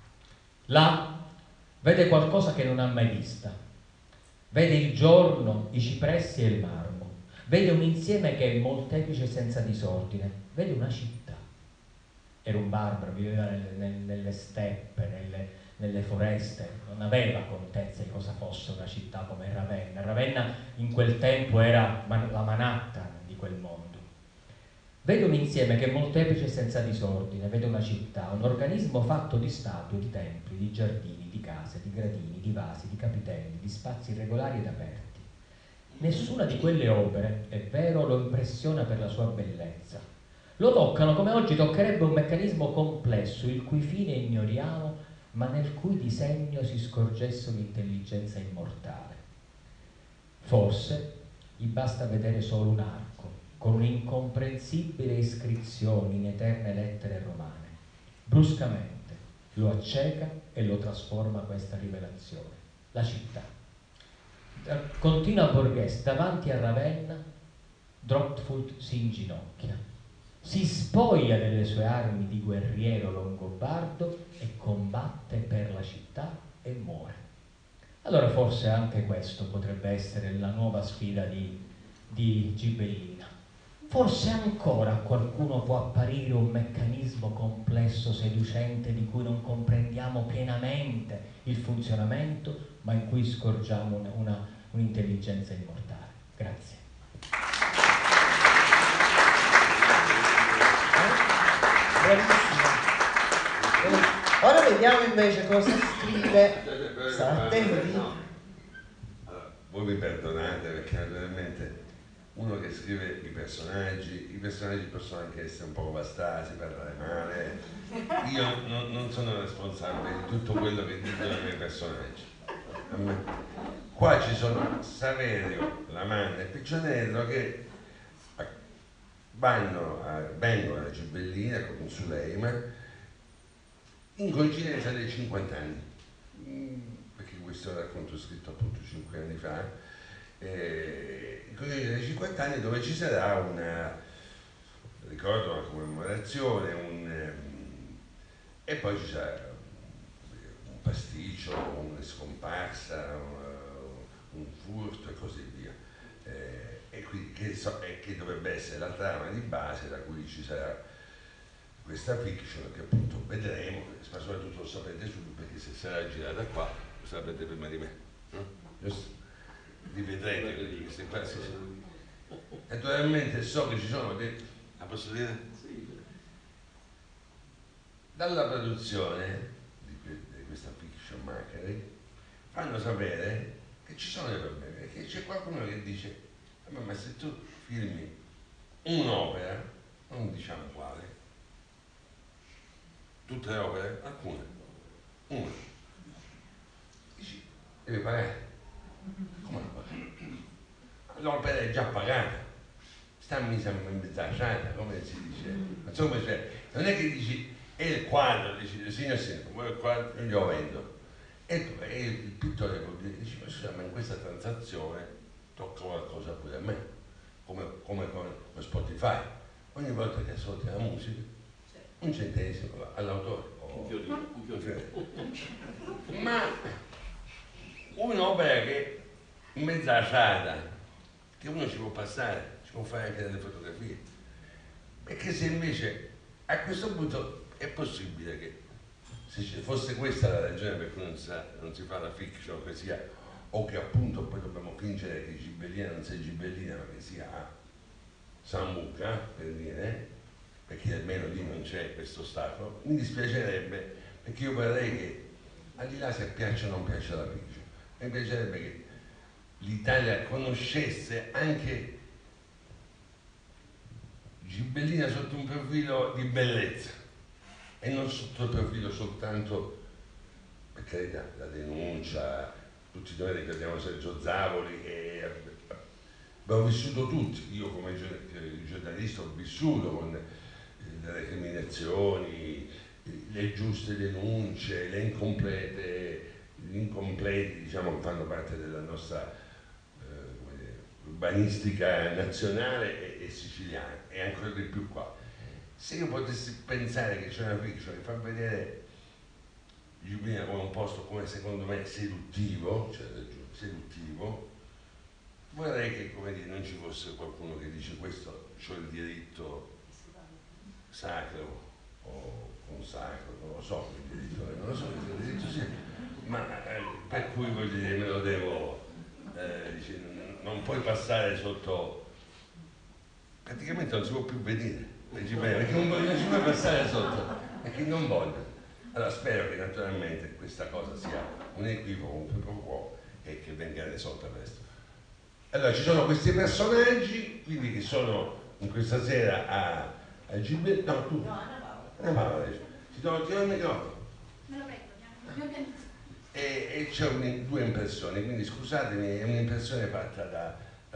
là vede qualcosa che non ha mai vista, vede il giorno, i cipressi e il marmo, vede un insieme che è molteplice senza disordine, vede una città. Era un barbaro, viveva nelle steppe, nelle foreste, non aveva contezza di cosa fosse una città come Ravenna. Ravenna in quel tempo era la Manhattan di quel mondo. Vede un insieme che è molteplice senza disordine, vede una città, un organismo fatto di statue, di templi, di giardini, di case, di gradini, di vasi, di capitelli, di spazi irregolari ed aperti. Nessuna di quelle opere, è vero, lo impressiona per la sua bellezza. Lo toccano come oggi toccherebbe un meccanismo complesso, il cui fine ignoriamo, ma nel cui disegno si scorgesse un'intelligenza immortale. Forse gli basta vedere solo un arco, con un'incomprensibile iscrizione in eterne lettere romane. Bruscamente lo acceca e lo trasforma questa rivelazione. La città. Continua Borghese, davanti a Ravenna, Drottfuldt si inginocchia, si spoglia delle sue armi di guerriero longobardo e combatte per la città e muore. Allora forse anche questo potrebbe essere la nuova sfida di Gibellina. Forse ancora a qualcuno può apparire un meccanismo complesso, seducente, di cui non comprendiamo pienamente il funzionamento, ma in cui scorgiamo un'intelligenza immortale. Grazie. Bravissimo. Ora vediamo invece cosa scrive Sardelli. Voi mi perdonate perché naturalmente uno che scrive i personaggi possono anche essere un po' vastasi, parlare male. Io non sono responsabile di tutto quello che dicono i miei personaggi. Qua ci sono Saverio, Lamanna e Piccionello che vengono a Gibellina con Suleima in coincidenza dei 50 anni, perché questo racconto è scritto appunto 5 anni fa, in coincidenza dei 50 anni, dove ci sarà una commemorazione, e poi ci sarà un pasticcio, una scomparsa, un furto e così via. E quindi che dovrebbe essere la trama di base da cui ci sarà questa fiction, che appunto vedremo, ma soprattutto lo sapete subito, perché se sarà girata qua lo saprete prima di me, no? Li vedrete queste qua, sì. Naturalmente so che ci sono la posso dire? Dalla produzione di questa fiction Macari fanno sapere che ci sono dei problemi, perché c'è qualcuno che dice ma se tu filmi un'opera, non diciamo quale, tutte le opere, alcune, una, dici, devi pagare. Come non pagare? L'opera è già pagata, sta messa in mezzacciata, come si dice. Insomma, cioè, non è che dici, è il quadro, dici, signor, il quadro non glielo vendo. E il pittore può dire, dici, ma scusa, ma in questa transazione tocca qualcosa pure a me, come con Spotify. Ogni volta che ascolti la musica, un centesimo all'autore. Ma un'opera che mezza acciata, che uno ci può passare, ci può fare anche delle fotografie, perché se invece a questo punto è possibile che se ci fosse questa la ragione per cui non si fa la fiction, che sia, o che appunto poi dobbiamo fingere che Gibellina non sia Gibellina ma che sia a Sambuca, per dire, perché almeno lì non c'è questo ostacolo, mi dispiacerebbe, perché io vorrei che al di là se piace o non piace la fiction, mi piacerebbe che l'Italia conoscesse anche Gibellina sotto un profilo di bellezza e non sotto il profilo soltanto, per carità, la denuncia. Tutti noi ricordiamo Sergio Zavoli, che abbiamo vissuto tutti, io come giornalista ho vissuto con le recriminazioni, le giuste denunce, le incompleti, diciamo, che fanno parte della nostra urbanistica nazionale e siciliana, e ancora di più qua. Se io potessi pensare che c'è una fiction che fa vedere Gibellina come un posto, come secondo me seduttivo, cioè seduttivo, vorrei che, come dire, non ci fosse qualcuno che dice questo c'ho il diritto sacro o consacro, non lo so il diritto, non lo so il diritto sia, ma per cui voglio dire me lo devo, dice, non puoi passare sotto, praticamente non si può più vedere, perché non si può passare sotto, perché non voglio. Allora spero che naturalmente questa cosa sia un equivoco, un quo e che venga risolta presto. Allora ci sono questi personaggi, quindi che sono in questa sera a Gibellina. No, tu. No, Anna Paola. Ti do il microfono. Me lo prendo, e c'è due impressioni, quindi scusatemi, è un'impressione fatta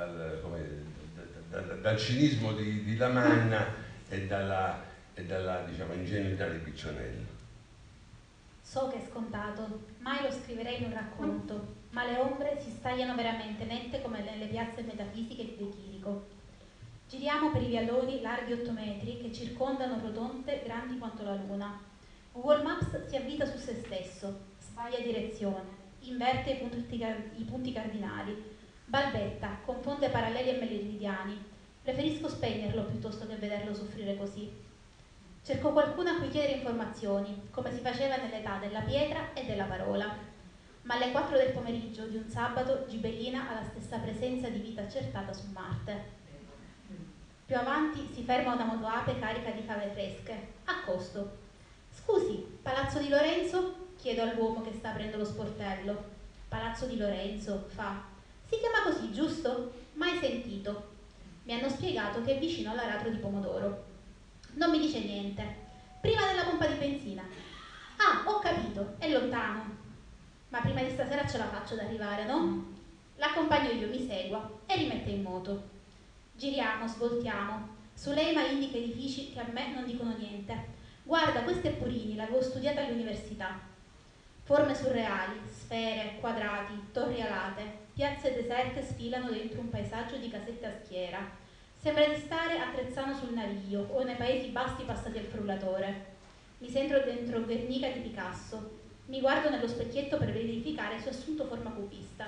dal cinismo di Lamanna e dalla diciamo, ingenuità di Piccionello. So che è scontato, mai lo scriverei in un racconto, ma le ombre si stagliano veramente nette come nelle piazze metafisiche di De Chirico. Giriamo per i vialoni larghi 8 metri che circondano rotonde grandi quanto la luna. Google Maps si avvita su se stesso, sbaglia direzione, inverte i punti cardinali, balbetta, confonde paralleli e meridiani. Preferisco spegnerlo piuttosto che vederlo soffrire così. Cerco qualcuno a cui chiedere informazioni, come si faceva nell'età della pietra e della parola. Ma alle 4 del pomeriggio di un sabato Gibellina ha la stessa presenza di vita accertata su Marte. Più avanti si ferma una motoape carica di fave fresche. Accosto. Scusi, Palazzo di Lorenzo? Chiedo all'uomo che sta aprendo lo sportello. Palazzo di Lorenzo, fa. Si chiama così, giusto? Mai sentito. Mi hanno spiegato che è vicino all'aratro di pomodoro. Non mi dice niente. Prima della pompa di benzina. Ah, ho capito, è lontano. Ma prima di stasera ce la faccio ad arrivare, no? L'accompagno io, mi segua e rimette in moto. Giriamo, svoltiamo. Suleima indica edifici che a me non dicono niente. Guarda, questo è Purini, l'avevo studiata all'università. Forme surreali, sfere, quadrati, torri alate, piazze deserte sfilano dentro un paesaggio di casette a schiera. Sembra di stare a Trezzano sul Naviglio o nei Paesi Bassi passati al frullatore. Mi sento dentro Guernica di Picasso. Mi guardo nello specchietto per verificare se ho assunto forma cubista.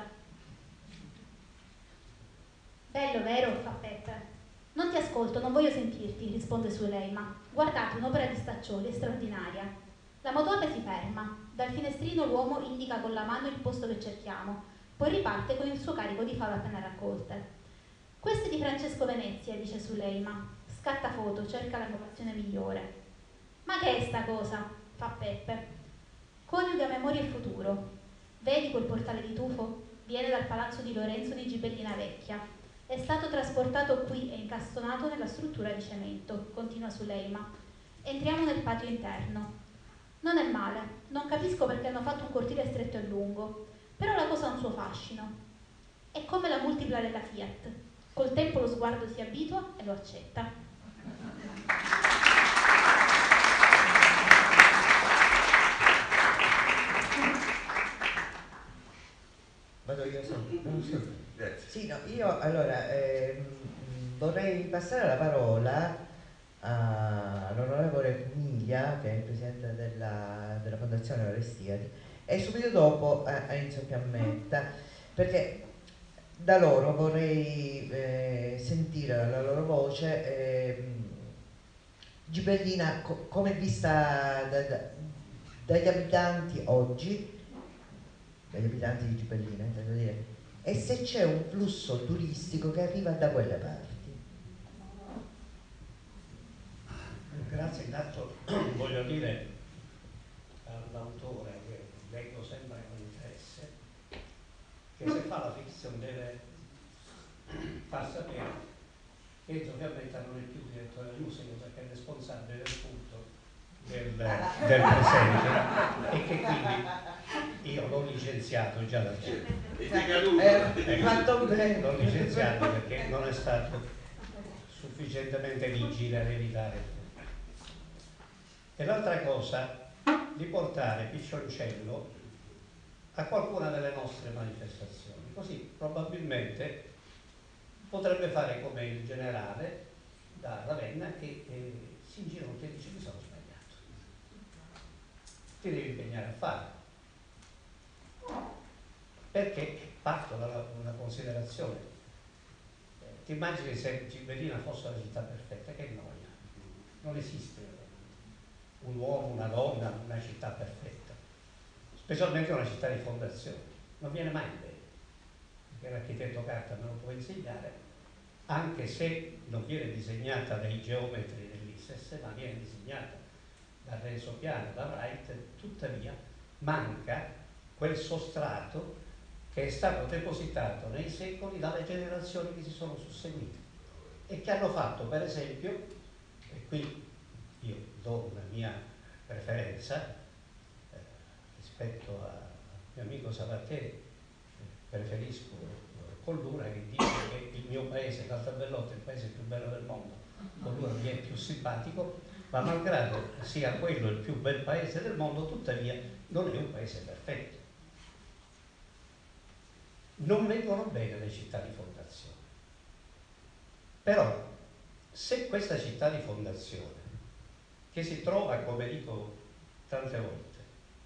Bello, vero? Fa Peppe. Non ti ascolto, non voglio sentirti, risponde Suleima. Guardate, un'opera di Staccioli, è straordinaria. La motoape si ferma. Dal finestrino l'uomo indica con la mano il posto che cerchiamo, poi riparte con il suo carico di fave appena raccolte. Queste di Francesco Venezia, dice Suleima. Scatta foto, cerca la locazione migliore. Ma che è sta cosa? Fa Peppe. Coniuga memoria e futuro. Vedi quel portale di tufo? Viene dal palazzo di Lorenzo di Gibellina Vecchia. È stato trasportato qui e incastonato nella struttura di cemento, continua Suleima. Entriamo nel patio interno. Non è male, non capisco perché hanno fatto un cortile stretto e lungo, però la cosa ha un suo fascino. È come la multipla della Fiat. Col tempo lo sguardo si abitua e lo accetta. Vado io sempre. Grazie. Sì, no, io allora vorrei passare la parola all'onorevole Miglia, che è il presidente della Fondazione Orestiadi, e subito dopo a Enzo Chiammetta, perché da loro vorrei sentire dalla loro voce Gibellina come è vista dagli abitanti oggi, dagli abitanti di Gibellina, intendo dire, e se c'è un flusso turistico che arriva da quelle parti. Grazie, intanto voglio dire all'autore, che leggo sempre con interesse, che se fa la fiction deve far sapere che Enzo Chiammetta non è più direttore del museo perché è responsabile del culto del presente e che quindi io l'ho licenziato già da l'ho licenziato perché non è stato sufficientemente vigile ad evitare. E l'altra cosa, di portare Piccioncello a qualcuna delle nostre manifestazioni, così probabilmente potrebbe fare come il generale da Ravenna che si inginocchia e dice: mi sono sbagliato, ti devi impegnare a fare, perché parto da una considerazione. Ti immagini se Gibellina fosse la città perfetta? Che noia, non esiste un uomo, una donna, una città perfetta, specialmente una città di fondazione, non viene mai bene, perché l'architetto Carta me lo può insegnare, anche se non viene disegnata dai geometri dell'ISES, ma viene disegnata da Renzo Piano, da Wright, tuttavia manca quel sostrato che è stato depositato nei secoli dalle generazioni che si sono susseguite e che hanno fatto, per esempio, e qui io do una mia preferenza rispetto mio amico Sabattieri, preferisco Collura, che dice che il mio paese, Caltabellotta, è il paese più bello del mondo, Collura mi è più simpatico, ma malgrado sia quello il più bel paese del mondo, tuttavia non è un paese perfetto. Non vengono bene le città di fondazione. Però, se questa città di fondazione, che si trova, come dico tante volte,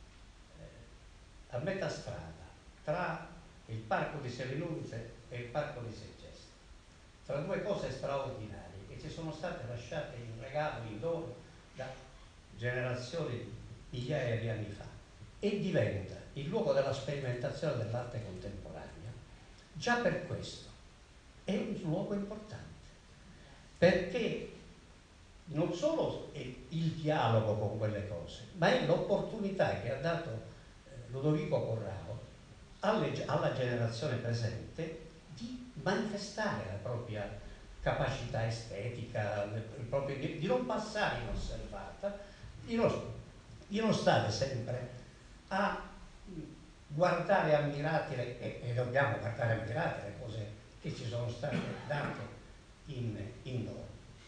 a metà strada tra il parco di Selinunte e il parco di Segesta, tra due cose straordinarie che ci sono state lasciate in regalo, in dono, da generazioni, migliaia di anni fa, e diventa il luogo della sperimentazione dell'arte contemporanea, già per questo è un luogo importante, perché non solo è il dialogo con quelle cose, ma è l'opportunità che ha dato Ludovico Corrao alla generazione presente di manifestare la propria capacità estetica, di non passare inosservata, di non stare sempre a guardare ammirati, e dobbiamo guardare ammirati le cose che ci sono state date in dono.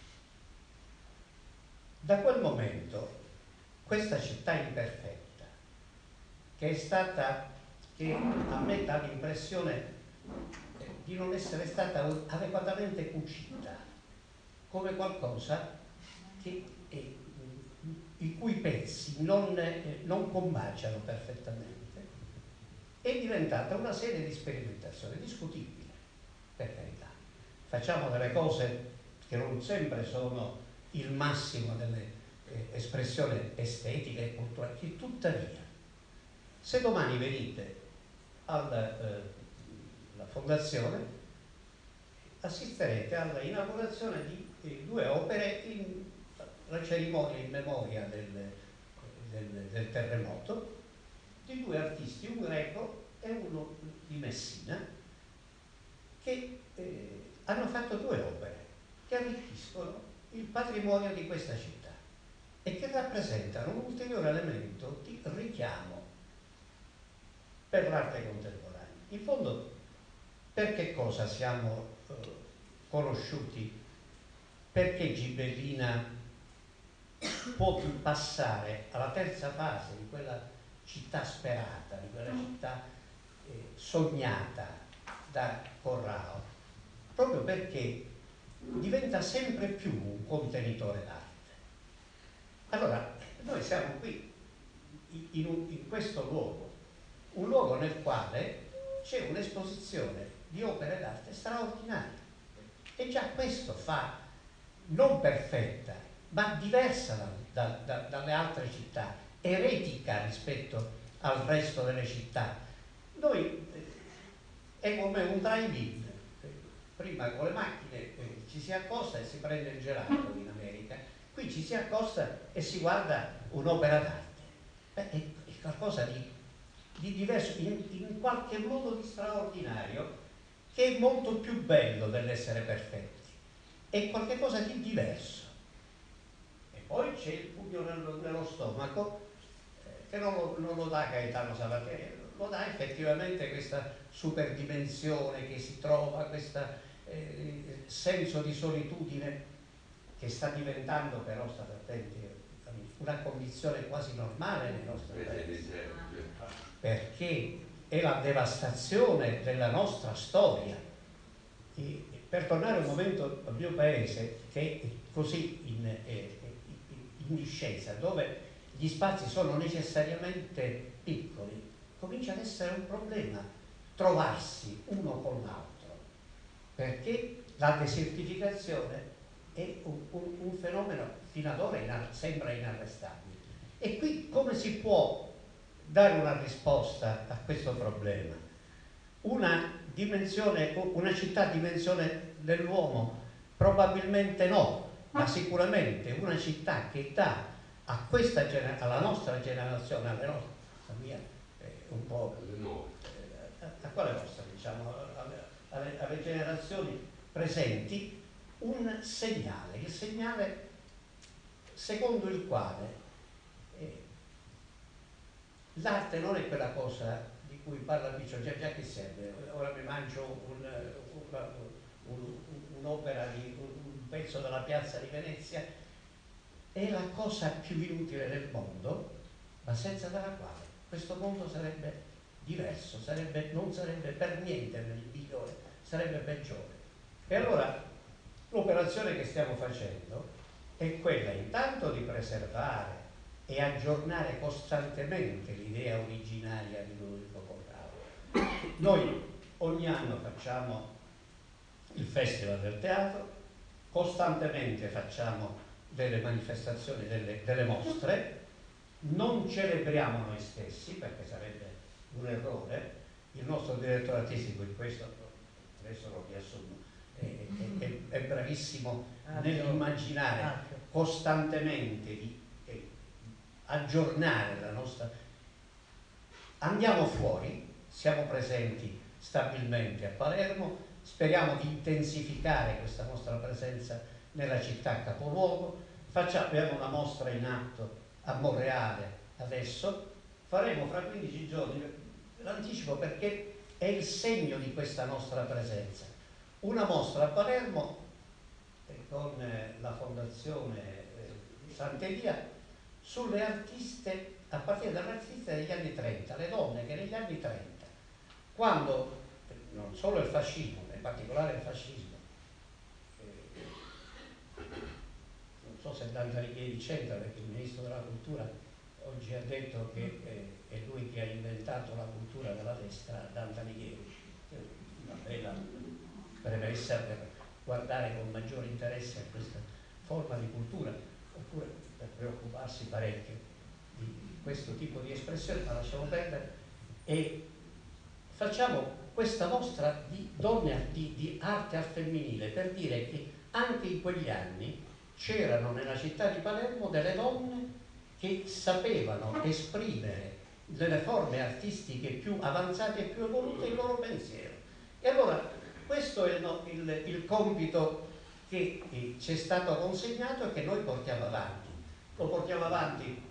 Da quel momento questa città imperfetta, che a me dà l'impressione di non essere stata adeguatamente cucita, come qualcosa i cui pezzi non combaciano perfettamente, è diventata una serie di sperimentazioni discutibili, per carità. Facciamo delle cose che non sempre sono il massimo delle espressioni estetiche e culturali, tuttavia, se domani venite alla fondazione, assisterete all'inaugurazione di due opere, la cerimonia in memoria del terremoto, di due artisti, un greco e uno di Messina, che hanno fatto due opere che arricchiscono il patrimonio di questa città e che rappresentano un ulteriore elemento di richiamo per l'arte contemporanea. In fondo, per che cosa siamo conosciuti? Perché Gibellina può passare alla terza fase di quella città sperata, di quella città sognata da Corrao, proprio perché diventa sempre più un contenitore d'arte. Allora, noi siamo qui in questo luogo, un luogo nel quale c'è un'esposizione di opere d'arte straordinarie, e già questo fa non perfetta, ma diversa dalle altre città, eretica rispetto al resto delle città. Noi è come un drive-in, prima con le macchine ci si accosta e si prende il gelato in America, qui ci si accosta e si guarda un'opera d'arte. È qualcosa di diverso, in qualche modo di straordinario, che è molto più bello dell'essere perfetti, è qualcosa di diverso. E poi c'è il pugno nello stomaco, che non lo dà Gaetano Sabattieri, lo dà effettivamente questa superdimensione che si trova, questo senso di solitudine che sta diventando, però state attenti, una condizione quasi normale nei nostri paesi, perché è la devastazione della nostra storia. E per tornare un momento al mio paese, che è così in discesa, dove gli spazi sono necessariamente piccoli, comincia ad essere un problema trovarsi uno con l'altro, perché la desertificazione è un fenomeno fino ad ora sembra inarrestabile. E qui come si può dare una risposta a questo problema? Una città a dimensione dell'uomo? Probabilmente no, ma sicuramente una città che dà alla nostra generazione, a mia, un po' a quale nostra, diciamo, alle generazioni presenti, un segnale, il segnale secondo il quale l'arte non è quella cosa di di cui parla Piccio, già che serve? Ora mi mangio un'opera di un pezzo della piazza di Venezia, è la cosa più inutile del mondo, ma senza della quale questo mondo sarebbe diverso, non sarebbe per niente migliore, sarebbe peggiore. E allora l'operazione che stiamo facendo è quella intanto di preservare e aggiornare costantemente l'idea originaria di Ludovico Corrado. Noi ogni anno facciamo il Festival del Teatro, costantemente facciamo delle manifestazioni, delle mostre, non celebriamo noi stessi perché sarebbe un errore. Il nostro direttore artistico in questo, adesso lo riassumo, è bravissimo nell'immaginare costantemente di aggiornare la nostra. Andiamo fuori, siamo presenti stabilmente a Palermo, speriamo di intensificare questa nostra presenza nella città capoluogo, abbiamo una mostra in atto a Monreale adesso, faremo fra 15 giorni, l'anticipo perché è il segno di questa nostra presenza, una mostra a Palermo con la Fondazione Sant'Elia sulle artiste, a partire dalle artiste degli anni 30, le donne che negli anni 30, quando non solo il fascismo, ma in particolare il fascismo, non so se Dante Alighieri c'entra perché il Ministro della Cultura oggi ha detto che è lui che ha inventato la cultura della destra, Dante Alighieri, una bella premessa per guardare con maggiore interesse a questa forma di cultura, oppure per preoccuparsi parecchio di questo tipo di espressione, ma lasciamo perdere, e facciamo questa mostra di donne, di arte al femminile, per dire che anche in quegli anni c'erano nella città di Palermo delle donne che sapevano esprimere delle forme artistiche più avanzate e più evolute il loro pensiero. E allora questo è il compito che ci è stato consegnato e che noi portiamo avanti. Lo portiamo avanti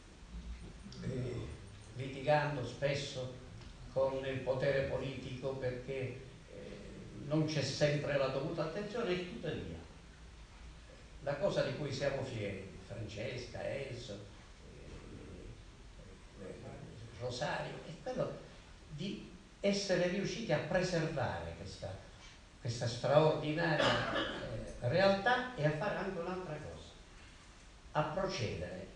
litigando spesso con il potere politico perché non c'è sempre la dovuta attenzione, e tuttavia la cosa di cui siamo fieri, Francesca, Enzo, Rosario, è quello di essere riusciti a preservare questa straordinaria realtà e a fare anche un'altra cosa, a procedere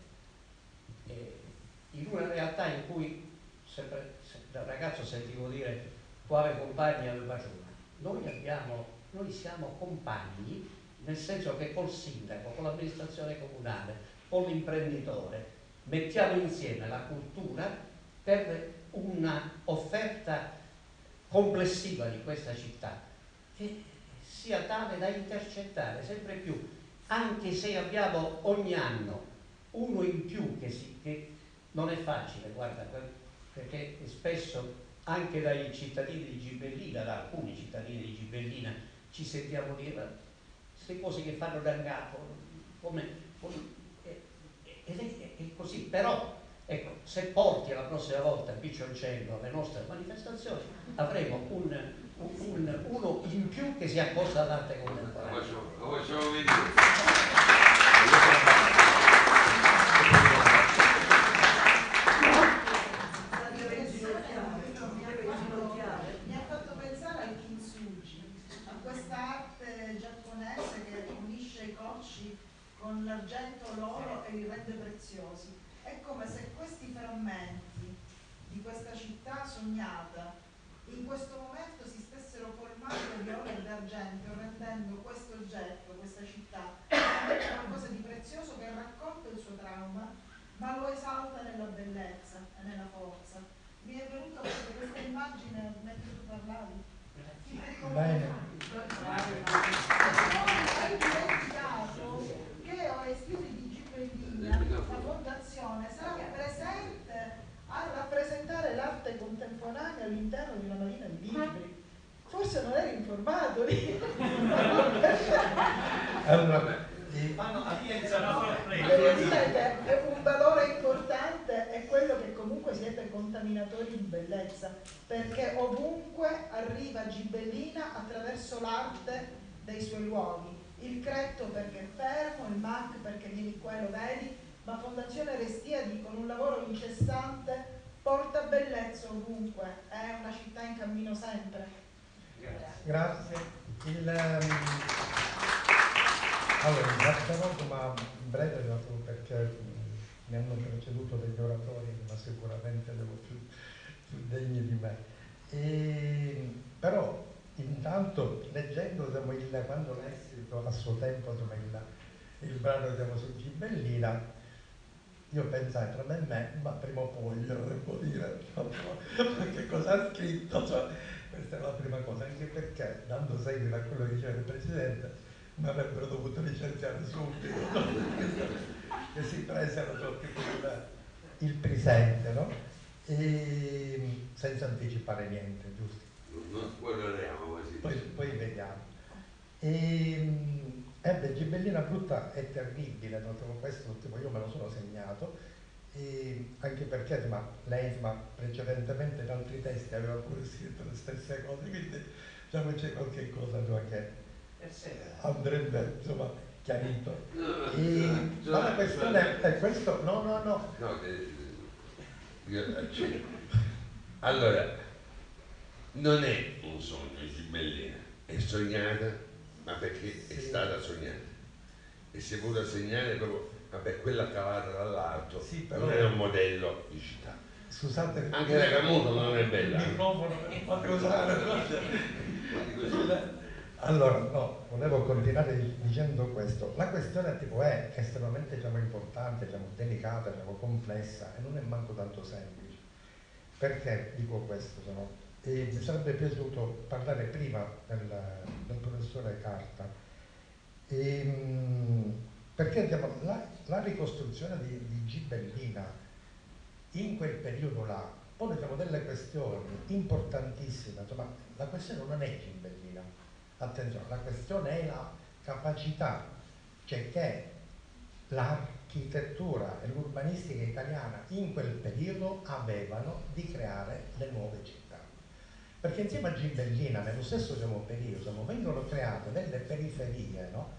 in una realtà in cui sempre da ragazzo sentivo dire quale compagni aveva Giuna. Noi siamo compagni, nel senso che col sindaco, con l'amministrazione comunale, con l'imprenditore mettiamo insieme la cultura per una offerta complessiva di questa città che sia tale da intercettare sempre più, anche se abbiamo ogni anno uno in più che non è facile, guarda, perché spesso anche dai cittadini di Gibellina, da alcuni cittadini di Gibellina, ci sentiamo dire queste cose che fanno da capo, ed è così. Però ecco, se porti la prossima volta Piccioncello alle nostre manifestazioni, avremo uno in più che si accosta all'arte contemporanea. Lo facciamo vedere. Mi ha fatto pensare al kintsugi, a questa arte giapponese che unisce i cocci con l'argento, l'oro e li rende preziosi. È come se questi frammenti di questa città sognata in questo momento si stessero colmando di oro e d'argento, rendendo questo oggetto, questa città, qualcosa di prezioso che racconta il suo trauma, ma lo esalta nella bellezza e nella forza. Mi è venuta questa immagine mentre tu parlavi. Bene. Ho dimenticato che Orestino di Gibellina, la fondazione, sarà presente a rappresentare l'arte contemporanea all'interno di una marina di libri. Forse non eri informato lì. Allora, devo dire che è un valore importante, è quello che comunque siete contaminatori di bellezza. bellezza, perché ovunque arriva Gibellina attraverso l'arte dei suoi luoghi. Il Cretto perché è fermo, il MAC perché vieni qua e lo vedi, ma Fondazione Restiadi con un lavoro incessante porta bellezza ovunque, è una città in cammino sempre. Grazie. Allora, ringrazio, ma in breve perché mi hanno preceduto degli oratori, ma sicuramente devo più degni di me. Però intanto leggendo quando lessi a suo tempo il brano su Gibellina, io pensai tra me e me, ma prima o poi glielo devo dire che cosa ha scritto, questa è la prima cosa, anche perché dando seguito a quello che diceva il Presidente mi avrebbero dovuto licenziare subito, che si presero sotto il presente, no? E senza anticipare niente, giusto? Non spoileriamo così. Poi vediamo. Gibellina brutta è terribile, questo io me lo sono segnato, anche perché lei precedentemente in altri testi aveva pure scritto le stesse cose, quindi c'è qualche cosa che andrebbe chiarito. Ma la questione è questo, no. Allora, non è un sogno Gibellina, è sognata, ma perché è stata sognata. E si è voluta segnare proprio, quella cavata dall'alto, però non è un modello di città. Scusate, anche la Camuso non è bella. Il microfono per farmi usare. Allora, no, volevo continuare dicendo questo. La questione è estremamente importante, delicata, complessa e non è manco tanto semplice. Perché dico questo? Mi sarebbe piaciuto parlare prima del professore Carta, perché la ricostruzione di Gibellina in quel periodo là pone delle questioni importantissime. La questione non è Gibellina, attenzione, la questione è la capacità che l'architettura e l'urbanistica italiana in quel periodo avevano di creare le nuove città. Perché insieme a Gibellina, nello stesso periodo, vengono create delle periferie, no?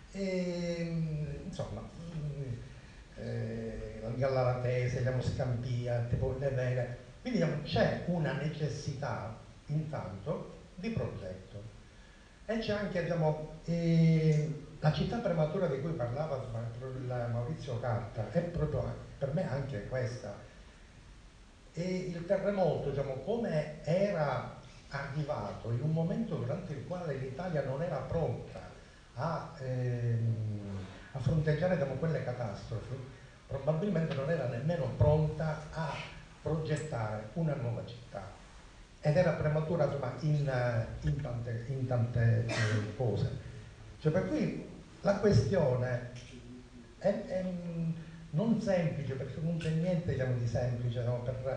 Gallaratese, Scampia, Le Vele, quindi c'è una necessità intanto di progetto e c'è anche la città prematura di cui parlava Maurizio Carta, è proprio per me anche questa. E il terremoto, come era arrivato in un momento durante il quale l'Italia non era pronta a fronteggiare quelle catastrofi, probabilmente non era nemmeno pronta a progettare una nuova città ed era prematura in tante cose. Per cui la questione è non semplice, perché non c'è niente di semplice,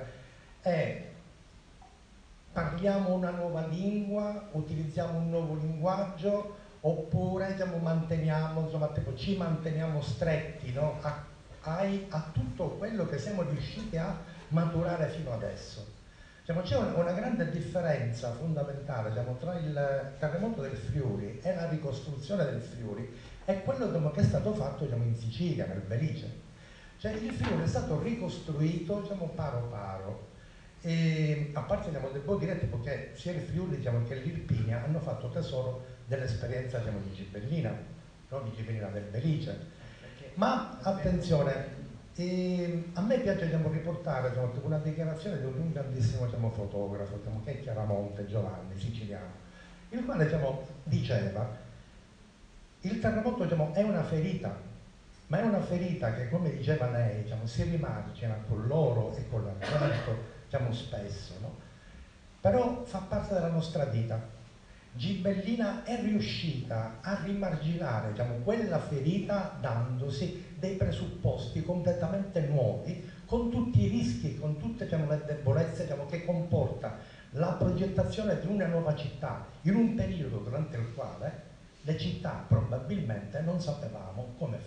parliamo una nuova lingua, utilizziamo un nuovo linguaggio, oppure ci manteniamo stretti, no? a tutto quello che siamo riusciti a maturare fino adesso. C'è una grande differenza fondamentale tra il terremoto del Friuli e la ricostruzione del Friuli e quello che è stato fatto in Sicilia, nel Belice. Il Friuli è stato ricostruito paro paro. E a parte devo dire che sia il Friuli che l'Irpinia hanno fatto tesoro dell'esperienza di Gibellina, no? Di Gibellina del Belice. Ma attenzione, a me piace riportare una dichiarazione di un grandissimo fotografo che è Chiaramonte Giovanni, siciliano, il quale diceva: il terremoto è una ferita, ma è una ferita che, come diceva lei, si rimargina con l'oro e con l'argento, spesso, no? Però fa parte della nostra vita. Gibellina è riuscita a rimarginare quella ferita dandosi dei presupposti completamente nuovi, con tutti i rischi, con tutte le debolezze che comporta la progettazione di una nuova città in un periodo durante il quale le città probabilmente non sapevamo come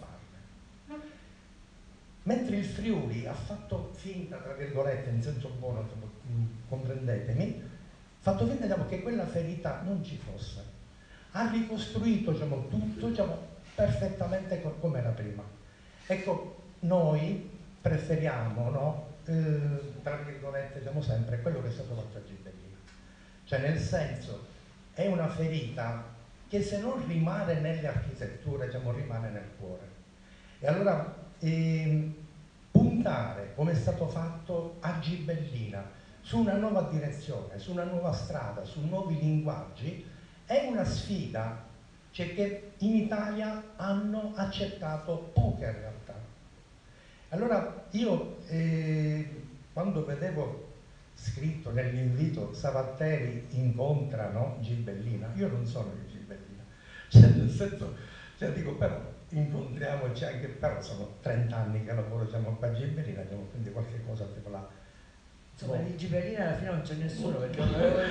farle. Mentre il Friuli ha fatto finta, tra virgolette, in senso buono, comprendetemi, fatto finta diciamo, che quella ferita non ci fosse. Ha ricostruito diciamo, tutto diciamo, perfettamente come era prima. Ecco, noi preferiamo, no? Tra virgolette, diciamo sempre, quello che è stato fatto a Ghibellina. Cioè, nel senso, è una ferita che se non rimane nelle architetture, diciamo, rimane nel cuore. E allora, puntare, come è stato fatto a Ghibellina, su una nuova direzione, su una nuova strada, su nuovi linguaggi, è una sfida cioè, che in Italia hanno accettato poche realtà. Allora io quando vedevo scritto nell'invito Savatteri incontrano Ghibellina, io non sono di Ghibellina, cioè nel senso, cioè dico però incontriamoci anche, però sono 30 anni che lavoro diciamo, qua a Ghibellina, diciamo, quindi qualche cosa tipo là. Insomma di Ghibellina alla fine non c'è nessuno perché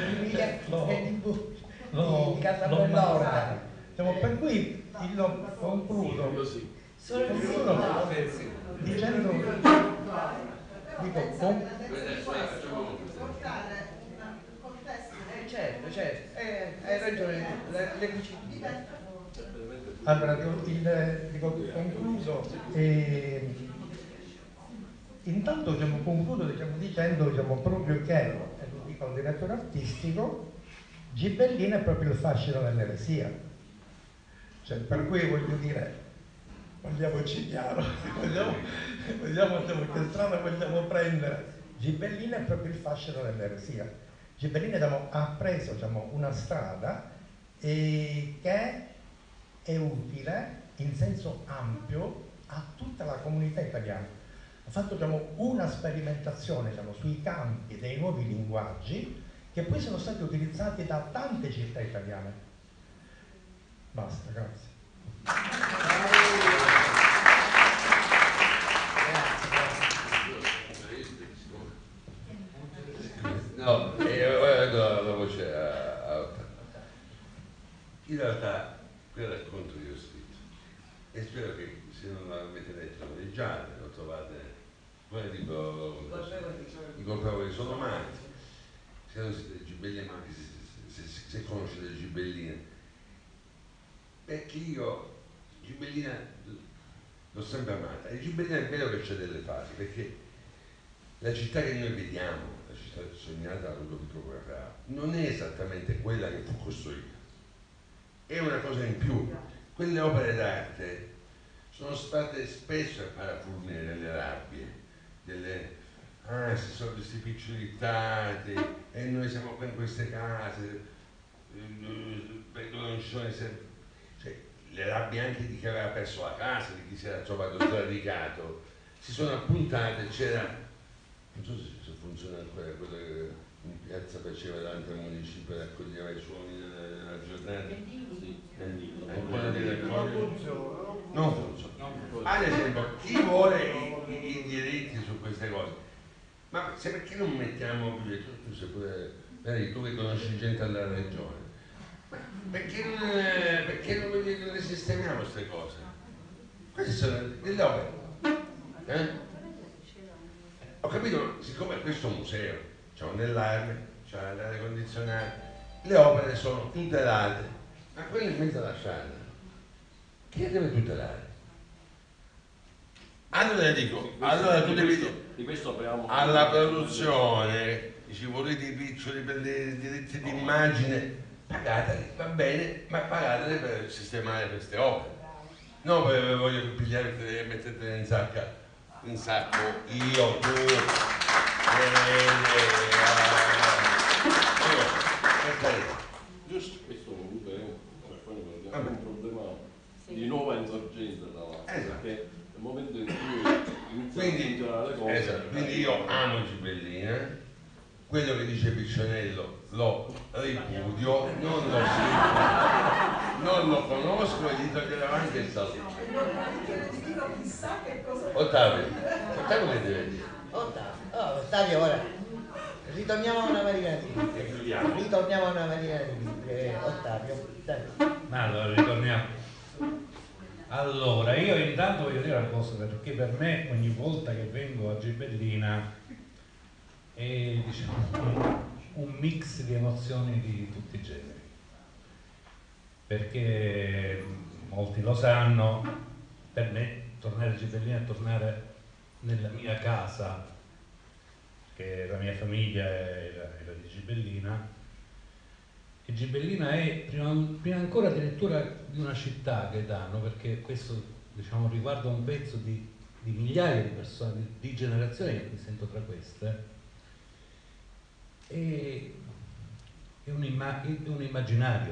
di Casabellora. Per cui io concludo dicendo certo, hai ragione, le allora concludo intanto concludo dicendo proprio che, e lo dico al direttore artistico, Ghibellina è proprio il fascino dell'eresia, cioè, per cui voglio dire, parliamoci chiaro, vogliamo che strada vogliamo prendere. Ghibellina è proprio il fascino dell'eresia. Ghibellina ha preso una strada che è utile in senso ampio a tutta la comunità italiana. Ha fatto una sperimentazione sui campi dei nuovi linguaggi che poi sono stati utilizzati da tante città italiane. Basta, grazie. No, ora la voce alta. In realtà quel racconto che ho scritto, e spero che se non l'avete letto lo leggiate, lo trovate, come dico, i colpevoli sono umani. Se non siete Ghibellina, ma se conoscete Ghibellina, perché io Ghibellina l'ho sempre amata, e Ghibellina è vero che c'è delle fasi, perché la città che noi vediamo, la città sognata da Ludovico Guerrero, non è esattamente quella che fu costruita, è una cosa in più. Quelle opere d'arte sono state spesso a parafulmine delle rabbie, si sono questi picciolittati e noi siamo qua in queste case, non ci sono cioè, le rabbie anche di chi aveva perso la casa, di chi si era trovato sradicato, si sono appuntate. C'era, non so se funziona ancora quello che in piazza faceva davanti al municipio e raccoglieva i suoni nella giornata. Non funziona. Ad esempio, chi vuole i diritti su queste cose, ma se perché non mettiamo più, tu sei pure, tu che conosci gente alla regione, perché non le sistemiamo queste cose? Queste sono delle opere. Ho capito, siccome questo museo c'è un allarme, c'è l'aria condizionata, le opere sono tutelate, ma quelle in mezzo alla strada, chi le deve tutelare? Allora dico, allora tu devi alla produzione, dici volete i piccioli per i diritti d'immagine, pagateli, va bene, ma pagateli per sistemare queste opere. No, voglio pigliare e mettetele in sacco, io, tu, giusto, questo comunque è un problema di nuova insorgenza perché nel momento in cui inizia a funzionare le cose. Esatto, quindi io amo Ghibellina, quello che dice Piccionello lo ripudio, non lo conosco e gli toglierò anche il saluto. Ottavio che deve dire? Ottavio, ora ritorniamo a una Marina di Libri. Ottavio, dai. Allora, ritorniamo. Allora, io intanto voglio dire una cosa, perché per me ogni volta che vengo a Ghibellina è diciamo, un mix di emozioni di tutti i generi, perché molti lo sanno, per me tornare a Gibellina è tornare nella mia casa, che la mia famiglia era di Gibellina, e Gibellina è prima ancora addirittura di una città, Gaetano, perché questo diciamo riguarda un pezzo di migliaia di persone, di generazioni che mi sento tra queste, è un immaginario.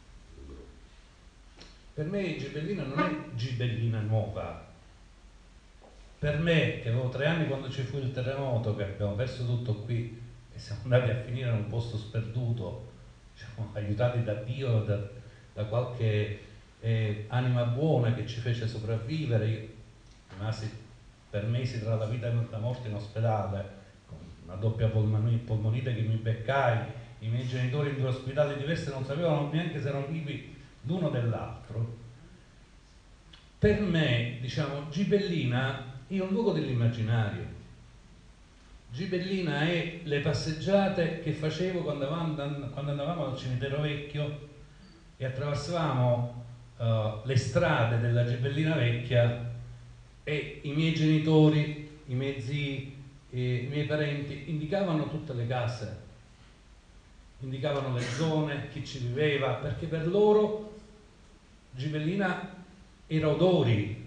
Per me Gibellina non è Gibellina nuova. Per me, che avevo 3 anni quando ci fu il terremoto, che abbiamo perso tutto qui e siamo andati a finire in un posto sperduto, diciamo, aiutati da Dio, da qualche anima buona che ci fece sopravvivere. Io rimasi per mesi tra la vita e la morte in ospedale, con una doppia polmonite che mi beccai, i miei genitori in 2 ospedali diversi non sapevano neanche se erano vivi l'uno dell'altro. Per me, diciamo, Gibellina è un luogo dell'immaginario. Gibellina è le passeggiate che facevo quando andavamo al cimitero vecchio e attraversavamo le strade della Gibellina vecchia, e i miei genitori, i miei zii, i miei parenti indicavano tutte le case, indicavano le zone, chi ci viveva, perché per loro Gibellina era odori.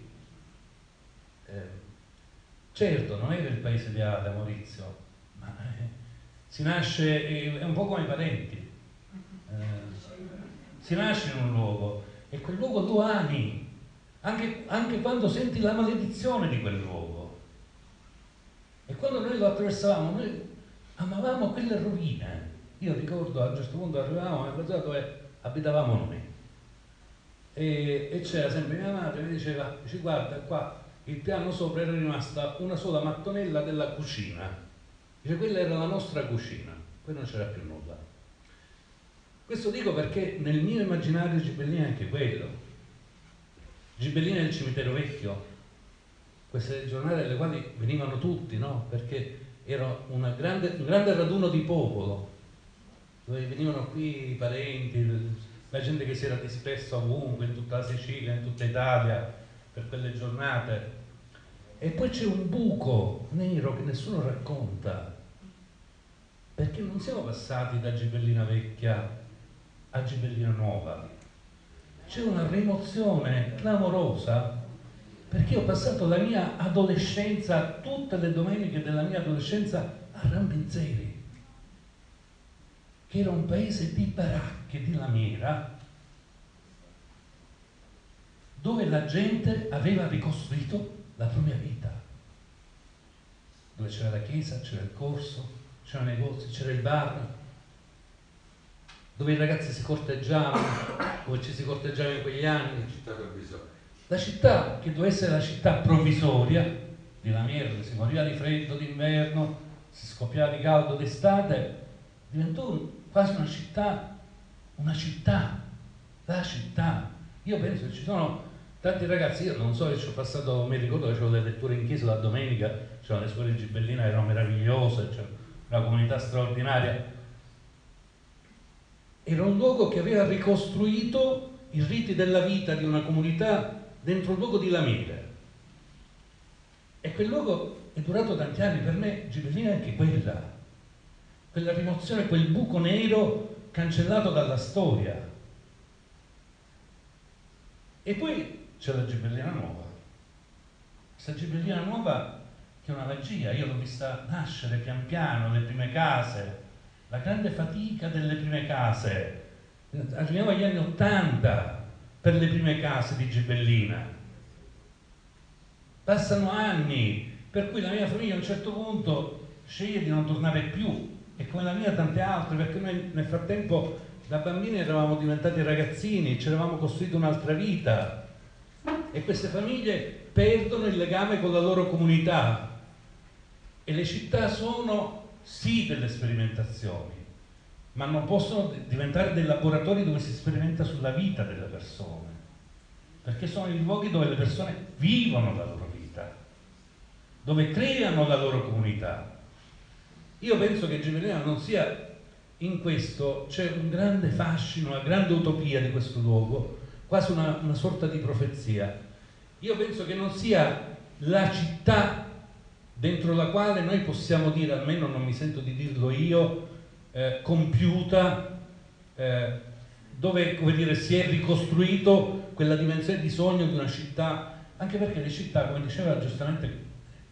Certo, non era il paese di Ada, Maurizio, ma si nasce, è un po' come i parenti, si nasce in un luogo e quel luogo lo ami, anche quando senti la maledizione di quel luogo. E quando noi lo attraversavamo, noi amavamo quelle rovine. Io ricordo a un certo punto arrivavamo nella zona dove abitavamo noi e c'era sempre mia madre che mi diceva, guarda qua, il piano sopra era rimasta una sola mattonella della cucina. Dice, quella era la nostra cucina, poi non c'era più nulla. Questo dico perché nel mio immaginario Gibellina è anche quello. Gibellina è il cimitero vecchio, queste giornate alle quali venivano tutti, no? Perché era un grande raduno di popolo, dove venivano qui i parenti, la gente che si era dispersa ovunque, in tutta la Sicilia, in tutta Italia, per quelle giornate. E poi c'è un buco nero che nessuno racconta, perché non siamo passati da Gibellina vecchia a Gibellina nuova. C'è una rimozione clamorosa, perché ho passato la mia adolescenza, tutte le domeniche della mia adolescenza, a Rambenzeri, che era un paese di baracche, di lamiera, dove la gente aveva ricostruito la propria vita, dove c'era la chiesa, c'era il corso, c'erano i negozi, c'era il bar, dove i ragazzi si corteggiavano, dove ci si corteggiava in quegli anni. La città che doveva essere la città provvisoria di Lamiera, dove si moriva di freddo d'inverno, si scoppiava di caldo d'estate, diventò quasi una città, la città. Io penso che ci sono tanti ragazzi, io non so che ci ho passato, mi ricordo che facevo le letture in chiesa la domenica, c'erano le scuole di Gibellina, erano meravigliose, c'era una comunità straordinaria. Era un luogo che aveva ricostruito i riti della vita di una comunità dentro un luogo di Lamiera. E quel luogo è durato tanti anni. Per me Gibellina è anche quella rimozione, quel buco nero cancellato dalla storia. E poi c'è la Gibellina nuova. Questa Gibellina nuova che è una magia. Io l'ho vista nascere pian piano, le prime case, la grande fatica delle prime case. Arriviamo agli anni '80 per le prime case di Gibellina. Passano anni, per cui la mia famiglia a un certo punto sceglie di non tornare più, e come la mia tante altre, perché noi nel frattempo da bambini eravamo diventati ragazzini, ci eravamo costruito un'altra vita, e queste famiglie perdono il legame con la loro comunità. E le città sono sì delle sperimentazioni, ma non possono diventare dei laboratori dove si sperimenta sulla vita delle persone, perché sono i luoghi dove le persone vivono la loro vita, dove creano la loro comunità. Io penso che Gibellina non sia in questo, c'è un grande fascino, una grande utopia di questo luogo, quasi una sorta di profezia. Io penso che non sia la città dentro la quale noi possiamo dire, almeno non mi sento di dirlo io, compiuta, dove, come dire, si è ricostruito quella dimensione di sogno di una città, anche perché le città, come diceva giustamente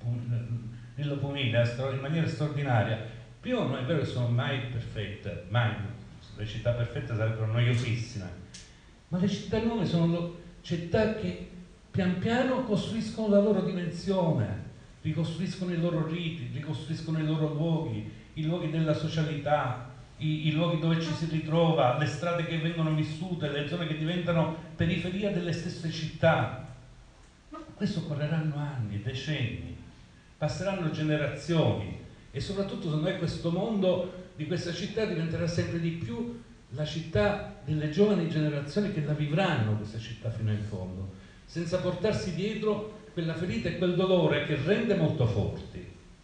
Lillo Pumila, in maniera straordinaria, prima non è vero che sono mai perfette, mai, le città perfette sarebbero noiosissime, ma le città nuove sono città che pian piano costruiscono la loro dimensione, ricostruiscono i loro riti, ricostruiscono i loro luoghi, i luoghi della socialità, i luoghi dove ci si ritrova, le strade che vengono vissute, le zone che diventano periferia delle stesse città. Ma questo occorreranno anni, decenni, passeranno generazioni e soprattutto secondo me questo mondo di questa città diventerà sempre di più la città delle giovani generazioni che la vivranno questa città fino in fondo, senza portarsi dietro quella ferita e quel dolore che rende molto forti.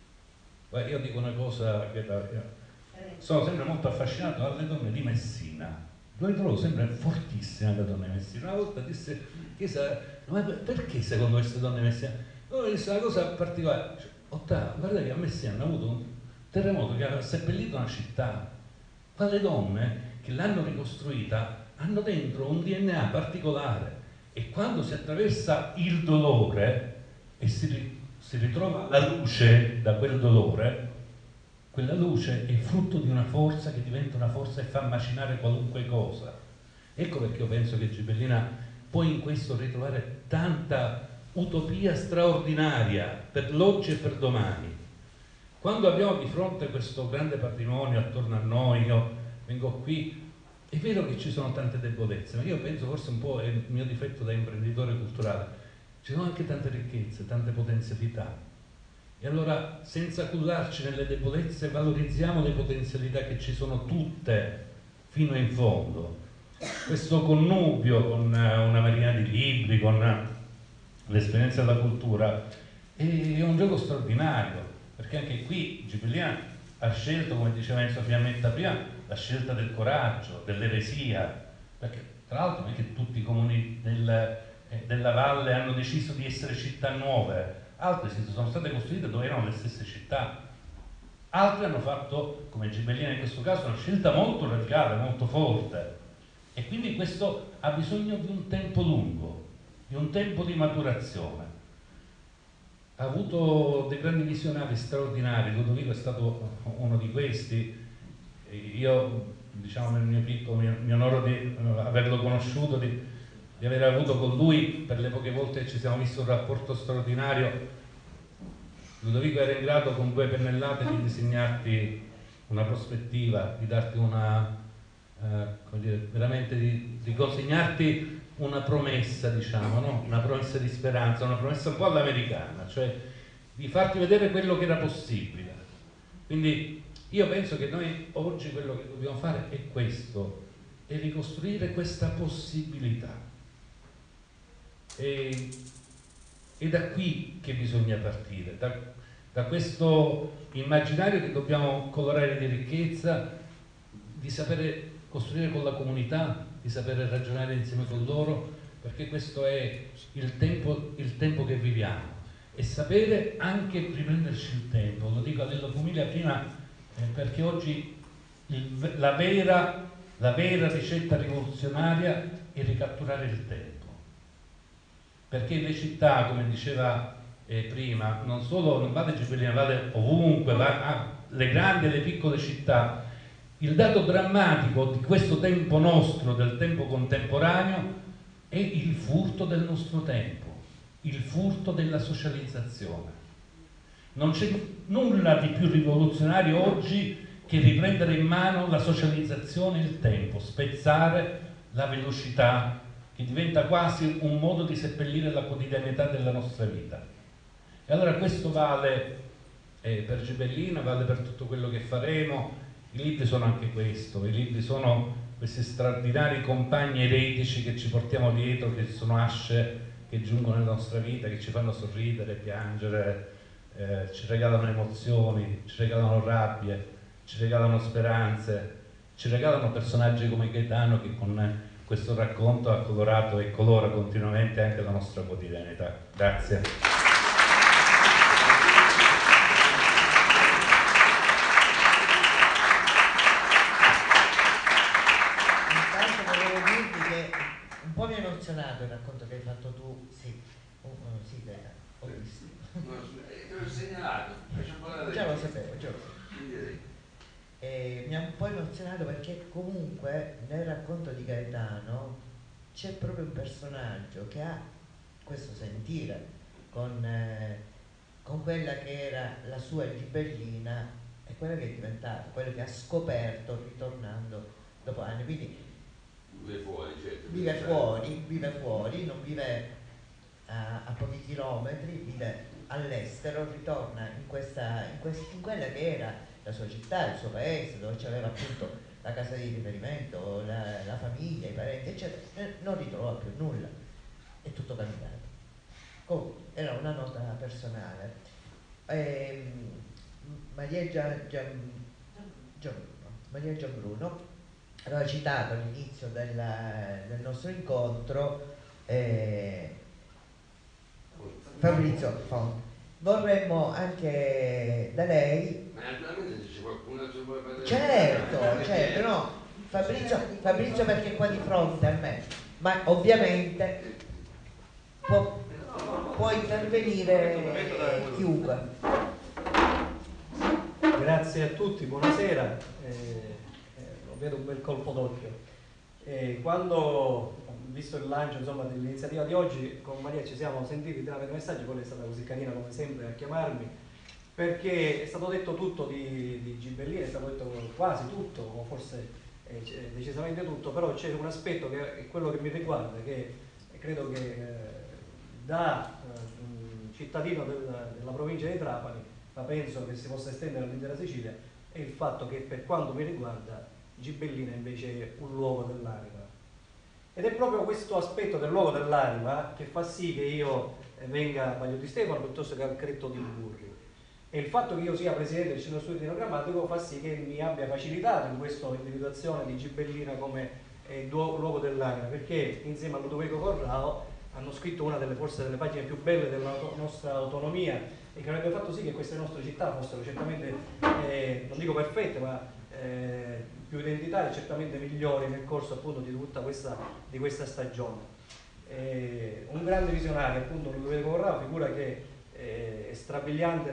Io dico una cosa che sono sempre molto affascinato dalle donne di Messina, lo trovo sempre fortissime le donne di Messina. Una volta chiese, ma perché secondo queste donne di Messina? Allora disse una cosa particolare, guarda che a Messina hanno avuto un terremoto che ha seppellito una città, ma le donne che l'hanno ricostruita hanno dentro un DNA particolare e quando si attraversa il dolore e si ritrova la luce da quel dolore, quella luce è frutto di una forza che diventa una forza e fa macinare qualunque cosa. Ecco perché io penso che Gibellina può in questo ritrovare tanta utopia straordinaria per l'oggi e per domani. Quando abbiamo di fronte questo grande patrimonio attorno a noi, io vengo qui, è vero che ci sono tante debolezze, ma io penso forse un po' è il mio difetto da imprenditore culturale, ci sono anche tante ricchezze, tante potenzialità. E allora, senza cullarci nelle debolezze, valorizziamo le potenzialità che ci sono tutte fino in fondo. Questo connubio con una marina di libri, con l'esperienza della cultura, è un gioco straordinario, perché anche qui Gibellina ha scelto, come diceva Enzo Fiammetta prima, la scelta del coraggio, dell'eresia, perché tra l'altro non è che tutti i comuni della valle hanno deciso di essere città nuove, altre sono state costruite dove erano le stesse città, altre hanno fatto, come Gibellina in questo caso, una scelta molto radicale, molto forte, e quindi questo ha bisogno di un tempo lungo, di un tempo di maturazione. Ha avuto dei grandi visionari straordinari, Ludovico è stato uno di questi. Io, diciamo, nel mio piccolo mi onoro di averlo conosciuto, di aver avuto con lui, per le poche volte che ci siamo visti, un rapporto straordinario. Ludovico era in grado con 2 pennellate di disegnarti una prospettiva, di darti una, come dire, veramente di consegnarti una promessa, diciamo, no? Una promessa di speranza, una promessa un po' all'americana, cioè di farti vedere quello che era possibile. Quindi io penso che noi oggi quello che dobbiamo fare è questo, è ricostruire questa possibilità. E da qui che bisogna partire, da questo immaginario che dobbiamo colorare di ricchezza, di sapere costruire con la comunità, di sapere ragionare insieme con loro, perché questo è il tempo che viviamo, e sapere anche riprenderci il tempo. Lo dico a Lillo Pumila prima, perché oggi la vera ricetta rivoluzionaria è ricatturare il tempo, perché le città, come diceva prima, non vale Gibellina, vale ovunque, le grandi e le piccole città. Il dato drammatico di questo tempo nostro, del tempo contemporaneo, è il furto del nostro tempo, il furto della socializzazione. Non c'è nulla di più rivoluzionario oggi che riprendere in mano la socializzazione e il tempo, spezzare la velocità che diventa quasi un modo di seppellire la quotidianità della nostra vita. E allora questo vale per Gibellina, vale per tutto quello che faremo. I libri sono anche questo, i libri sono questi straordinari compagni eretici che ci portiamo dietro, che sono asce che giungono nella nostra vita, che ci fanno sorridere, piangere, ci regalano emozioni, ci regalano rabbie, ci regalano speranze, ci regalano personaggi come Gaetano che con questo racconto ha colorato e colora continuamente anche la nostra quotidianità. Grazie. Intanto volevo dirvi che un po' mi ha emozionato il racconto che hai fatto tu, sì, sì, ho visto. Te l'ho segnalato, Già lo sapevo. Mi ha un po' emozionato perché comunque nel racconto di Gaetano c'è proprio un personaggio che ha questo sentire con quella che era la sua Gibellina e quella che è diventata, quello che ha scoperto ritornando dopo anni. Quindi vive fuori, certo. Vive fuori, non vive a pochi chilometri, vive all'estero, ritorna in quella che era la sua città, il suo paese, dove c'aveva appunto la casa di riferimento, la famiglia, i parenti, eccetera. Non ritrovò più nulla, è tutto cambiato. Comunque, era una nota personale. Maria Gianbruno aveva citato all'inizio del nostro incontro Fabrizio Font. Vorremmo anche da lei. Ma naturalmente se c'è qualcuno che vuole parlare. Certo, no. Fabrizio perché è qua di fronte a me, ma ovviamente può intervenire chiunque. Grazie a tutti, buonasera. Vedo un bel colpo d'occhio. Quando ho visto il lancio dell'iniziativa di oggi, con Maria ci siamo sentiti tramite messaggi, poi è stata così carina come sempre a chiamarmi, perché è stato detto tutto di Gibellina, è stato detto quasi tutto, o forse decisamente tutto, però c'è un aspetto che è quello che mi riguarda, che credo che da cittadino della provincia di Trapani, ma penso che si possa estendere all'intera Sicilia, è il fatto che per quanto mi riguarda Gibellina invece è un luogo dell'anima. Ed è proprio questo aspetto del luogo dell'anima che fa sì che io venga a Baglio di Stefano piuttosto che al Cretto di Burri. E il fatto che io sia presidente del Centro Studi Etnogrammatico fa sì che mi abbia facilitato in questa individuazione di Gibellina come luogo dell'anima, perché insieme a Ludovico Corrao hanno scritto una forse delle pagine più belle della nostra autonomia e che avrebbe fatto sì che queste nostre città fossero certamente, non dico perfette, ma più identitarie, certamente migliori nel corso appunto di tutta questa stagione. Un grande visionario, appunto Ludovico Corrao, figura che è strabiliante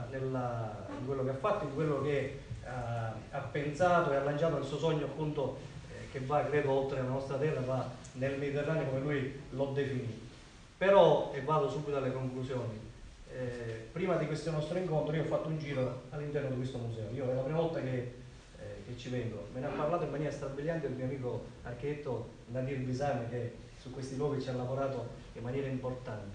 in quello che ha fatto, in quello che ha pensato e ha lanciato il suo sogno appunto che va, credo, oltre la nostra terra, va nel Mediterraneo come lui lo definì. Però, e vado subito alle conclusioni, prima di questo nostro incontro io ho fatto un giro all'interno di questo museo. Io è la prima volta che ci vengo, me ne ha parlato in maniera strabiliante il mio amico architetto Nadir Bisami, che su questi luoghi ci ha lavorato in maniera importante,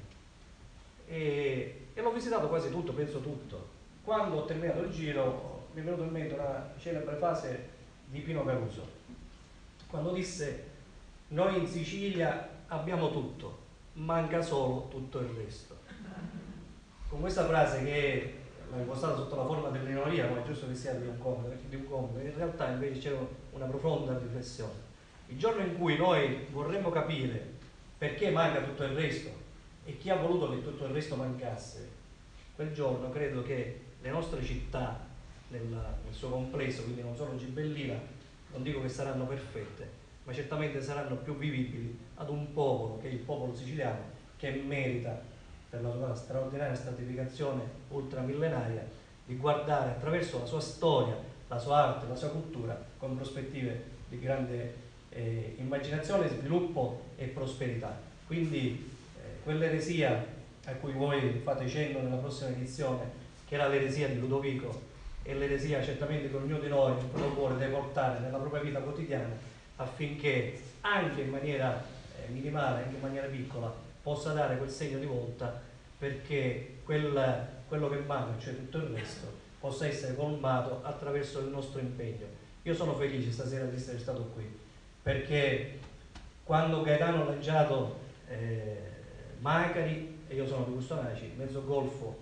e l'ho visitato quasi tutto, penso tutto. Quando ho terminato il giro mi è venuto in mente una celebre frase di Pino Caruso, quando disse: noi in Sicilia abbiamo tutto, manca solo tutto il resto. Con questa frase, che l'ho impostata sotto la forma dell'ironia, ma è giusto che sia di un compito, in realtà invece c'è una profonda riflessione. Il giorno in cui noi vorremmo capire perché manca tutto il resto e chi ha voluto che tutto il resto mancasse, quel giorno credo che le nostre città nel suo complesso, quindi non solo Gibellina, non dico che saranno perfette, ma certamente saranno più vivibili ad un popolo, che è il popolo siciliano, che merita, per la sua straordinaria stratificazione ultramillenaria, di guardare attraverso la sua storia, la sua arte, la sua cultura con prospettive di grande immaginazione, sviluppo e prosperità. Quindi quell'eresia a cui voi fate cenno nella prossima edizione, che era l'eresia di Ludovico, è l'eresia certamente che ognuno di noi lo vuole deportare nella propria vita quotidiana, affinché anche in maniera minimale, anche in maniera piccola, possa dare quel segno di volta, perché quello che manca, cioè tutto il resto, possa essere colmato attraverso il nostro impegno. Io sono felice stasera di essere stato qui, perché quando Gaetano ha lanciato Macari, e io sono di Custonaci, mezzo golfo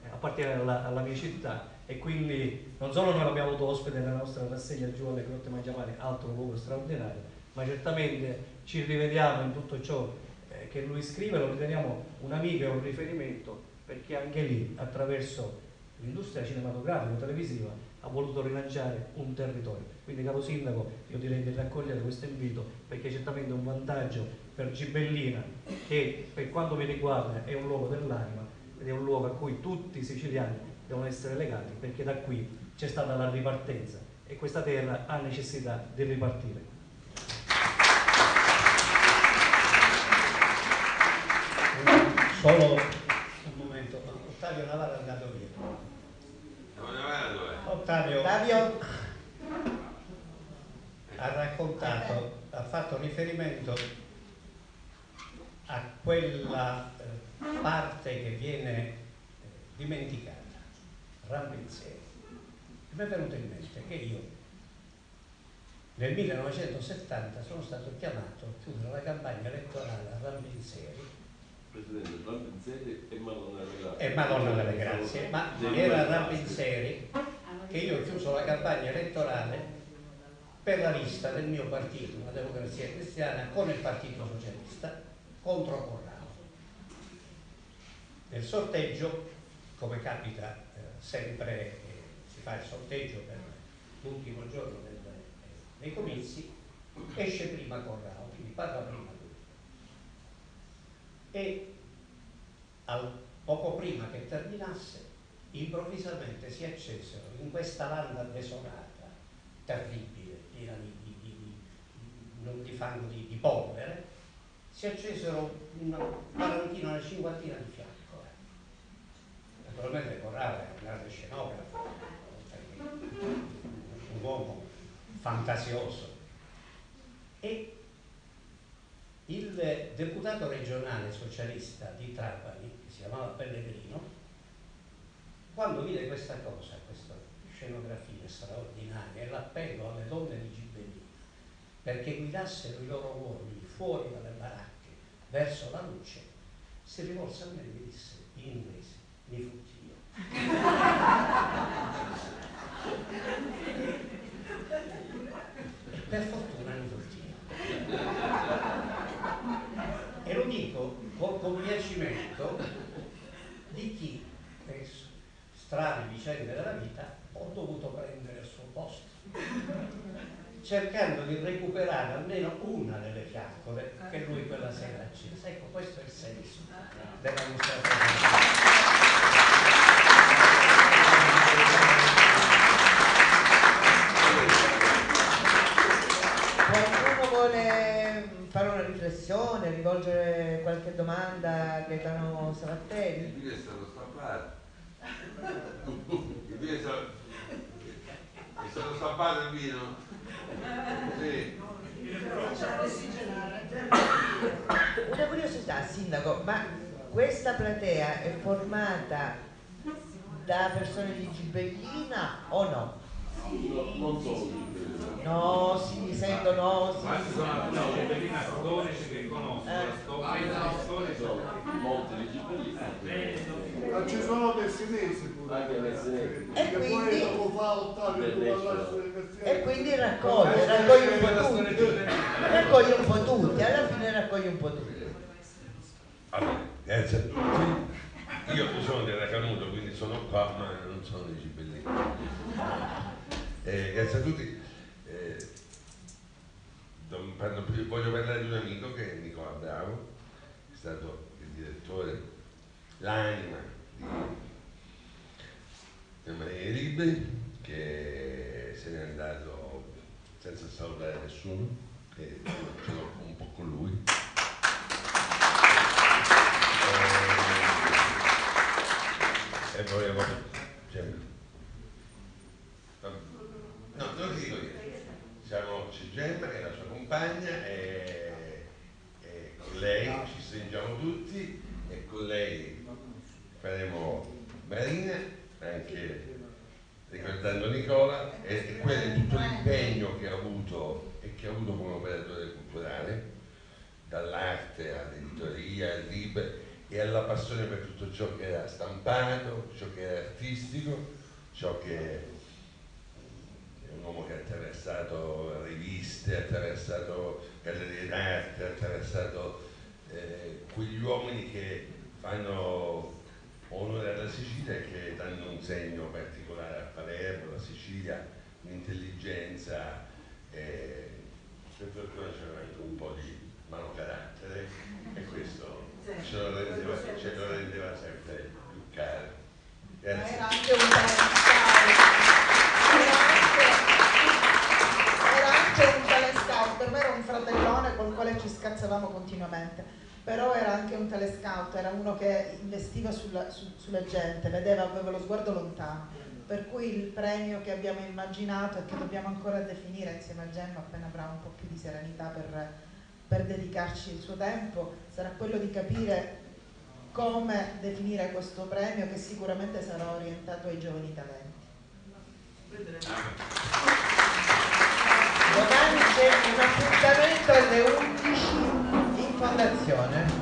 appartiene alla mia città, e quindi non solo noi l'abbiamo avuto ospite nella nostra rassegna giù alle Grotte Mangiapane, altro luogo straordinario, ma certamente ci rivediamo in tutto ciò che lui scrive, lo riteniamo un amico e un riferimento, perché anche lì, attraverso l'industria cinematografica o televisiva, ha voluto rilanciare un territorio. Quindi, caro Sindaco, io direi di raccogliere questo invito, perché certamente è un vantaggio per Gibellina, che per quanto mi riguarda è un luogo dell'anima, ed è un luogo a cui tutti i siciliani devono essere legati, perché da qui c'è stata la ripartenza e questa terra ha necessità di ripartire. Solo un momento, Ottavio Navarro è andato via. Ottavio ha raccontato, ha fatto riferimento a quella parte che viene dimenticata, Rampensieri. Mi è venuto in mente che io nel 1970 sono stato chiamato a chiudere la campagna elettorale a Rampensieri. Presidente, Rampensieri e Madonna delle Grazie, ma era Rampensieri che io ho chiuso la campagna elettorale per la lista del mio partito, la Democrazia Cristiana, con il Partito Socialista contro Corrado. Nel sorteggio, come capita sempre, si fa il sorteggio per l'ultimo giorno dei comizi, esce prima Corrado, quindi parla prima lui. E poco prima che terminasse, improvvisamente si accesero in questa landa desolata, terribile, piena di fango, di polvere, si accesero una quarantina, una cinquantina di fiaccole. Naturalmente Corrado era un grande scenografo, un uomo fantasioso, e il deputato regionale socialista di Trapani, che si chiamava Pellegrino, quando vide questa cosa, questa scenografia straordinaria e l'appello alle donne di Gibellina perché guidassero i loro uomini fuori dalle baracche verso la luce, si rivolse a me e mi disse in inglese: mi futti io. E per fortuna mi futti io. E lo dico col compiacimento di chi, per strane vicende della vita, ho dovuto prendere il suo posto, cercando di recuperare almeno una delle fiaccole che lui quella sera ha acceso. Ecco, questo è il senso della nostra Qualcuno vuole fare una riflessione, rivolgere qualche domanda a Gaetano Savattelli? Il video è stato stampato. Il video è stato stampato il vino? Sì. Una curiosità, Sindaco, ma questa platea è formata da persone di Gibellina o no? Non solo Gibellina. No, si sentono, Quanti sono alcuni Gibellina storici che conosco, la storici molti di Gibellina. Ma ci sono dei senesi pure. Anche dei senesi. E quindi, dopo fa Ottavio e quindi raccoglie un po' tutti, alla fine raccoglie un po' tutti. Allora, grazie a tutti. Io sono di Racanuto, quindi sono qua, ma non sono di Gibellina. Grazie a tutti. Voglio parlare di un amico che è Nicola Bravo, è stato il direttore, l'anima di Maria Libri, che se n'è andato senza salutare nessuno, che ce l'ho un po' con lui. E volevo sempre. No, non ti dico io. C'è Gemma che è la sua compagna e con lei ci stringiamo tutti e con lei faremo Marina, anche ricordando Nicola e quello è tutto l'impegno che ha avuto e che ha avuto come operatore culturale, dall'arte all'editoria, al libro, e alla passione per tutto ciò che era stampato, ciò che era artistico, ciò che è un uomo che ha attraversato riviste, ha attraversato gallerie d'arte, ha attraversato quegli uomini che fanno onore alla Sicilia e che danno un segno particolare a Palermo, la Sicilia, un'intelligenza, per fortuna c'era anche un po' di manocarattere e questo ce lo rendeva sempre più caro. Grazie. Era anche un tale scout, per me era un fratellone col quale ci scazzavamo continuamente, però era anche un tale scout, era uno che investiva sulla gente, aveva lo sguardo lontano, per cui il premio che abbiamo immaginato e che dobbiamo ancora definire insieme a Gemma appena avrà un po' più di serenità per dedicarci il suo tempo, sarà quello di capire come definire questo premio, che sicuramente sarà orientato ai giovani talenti. Domani c'è un appuntamento alle 11 in fondazione.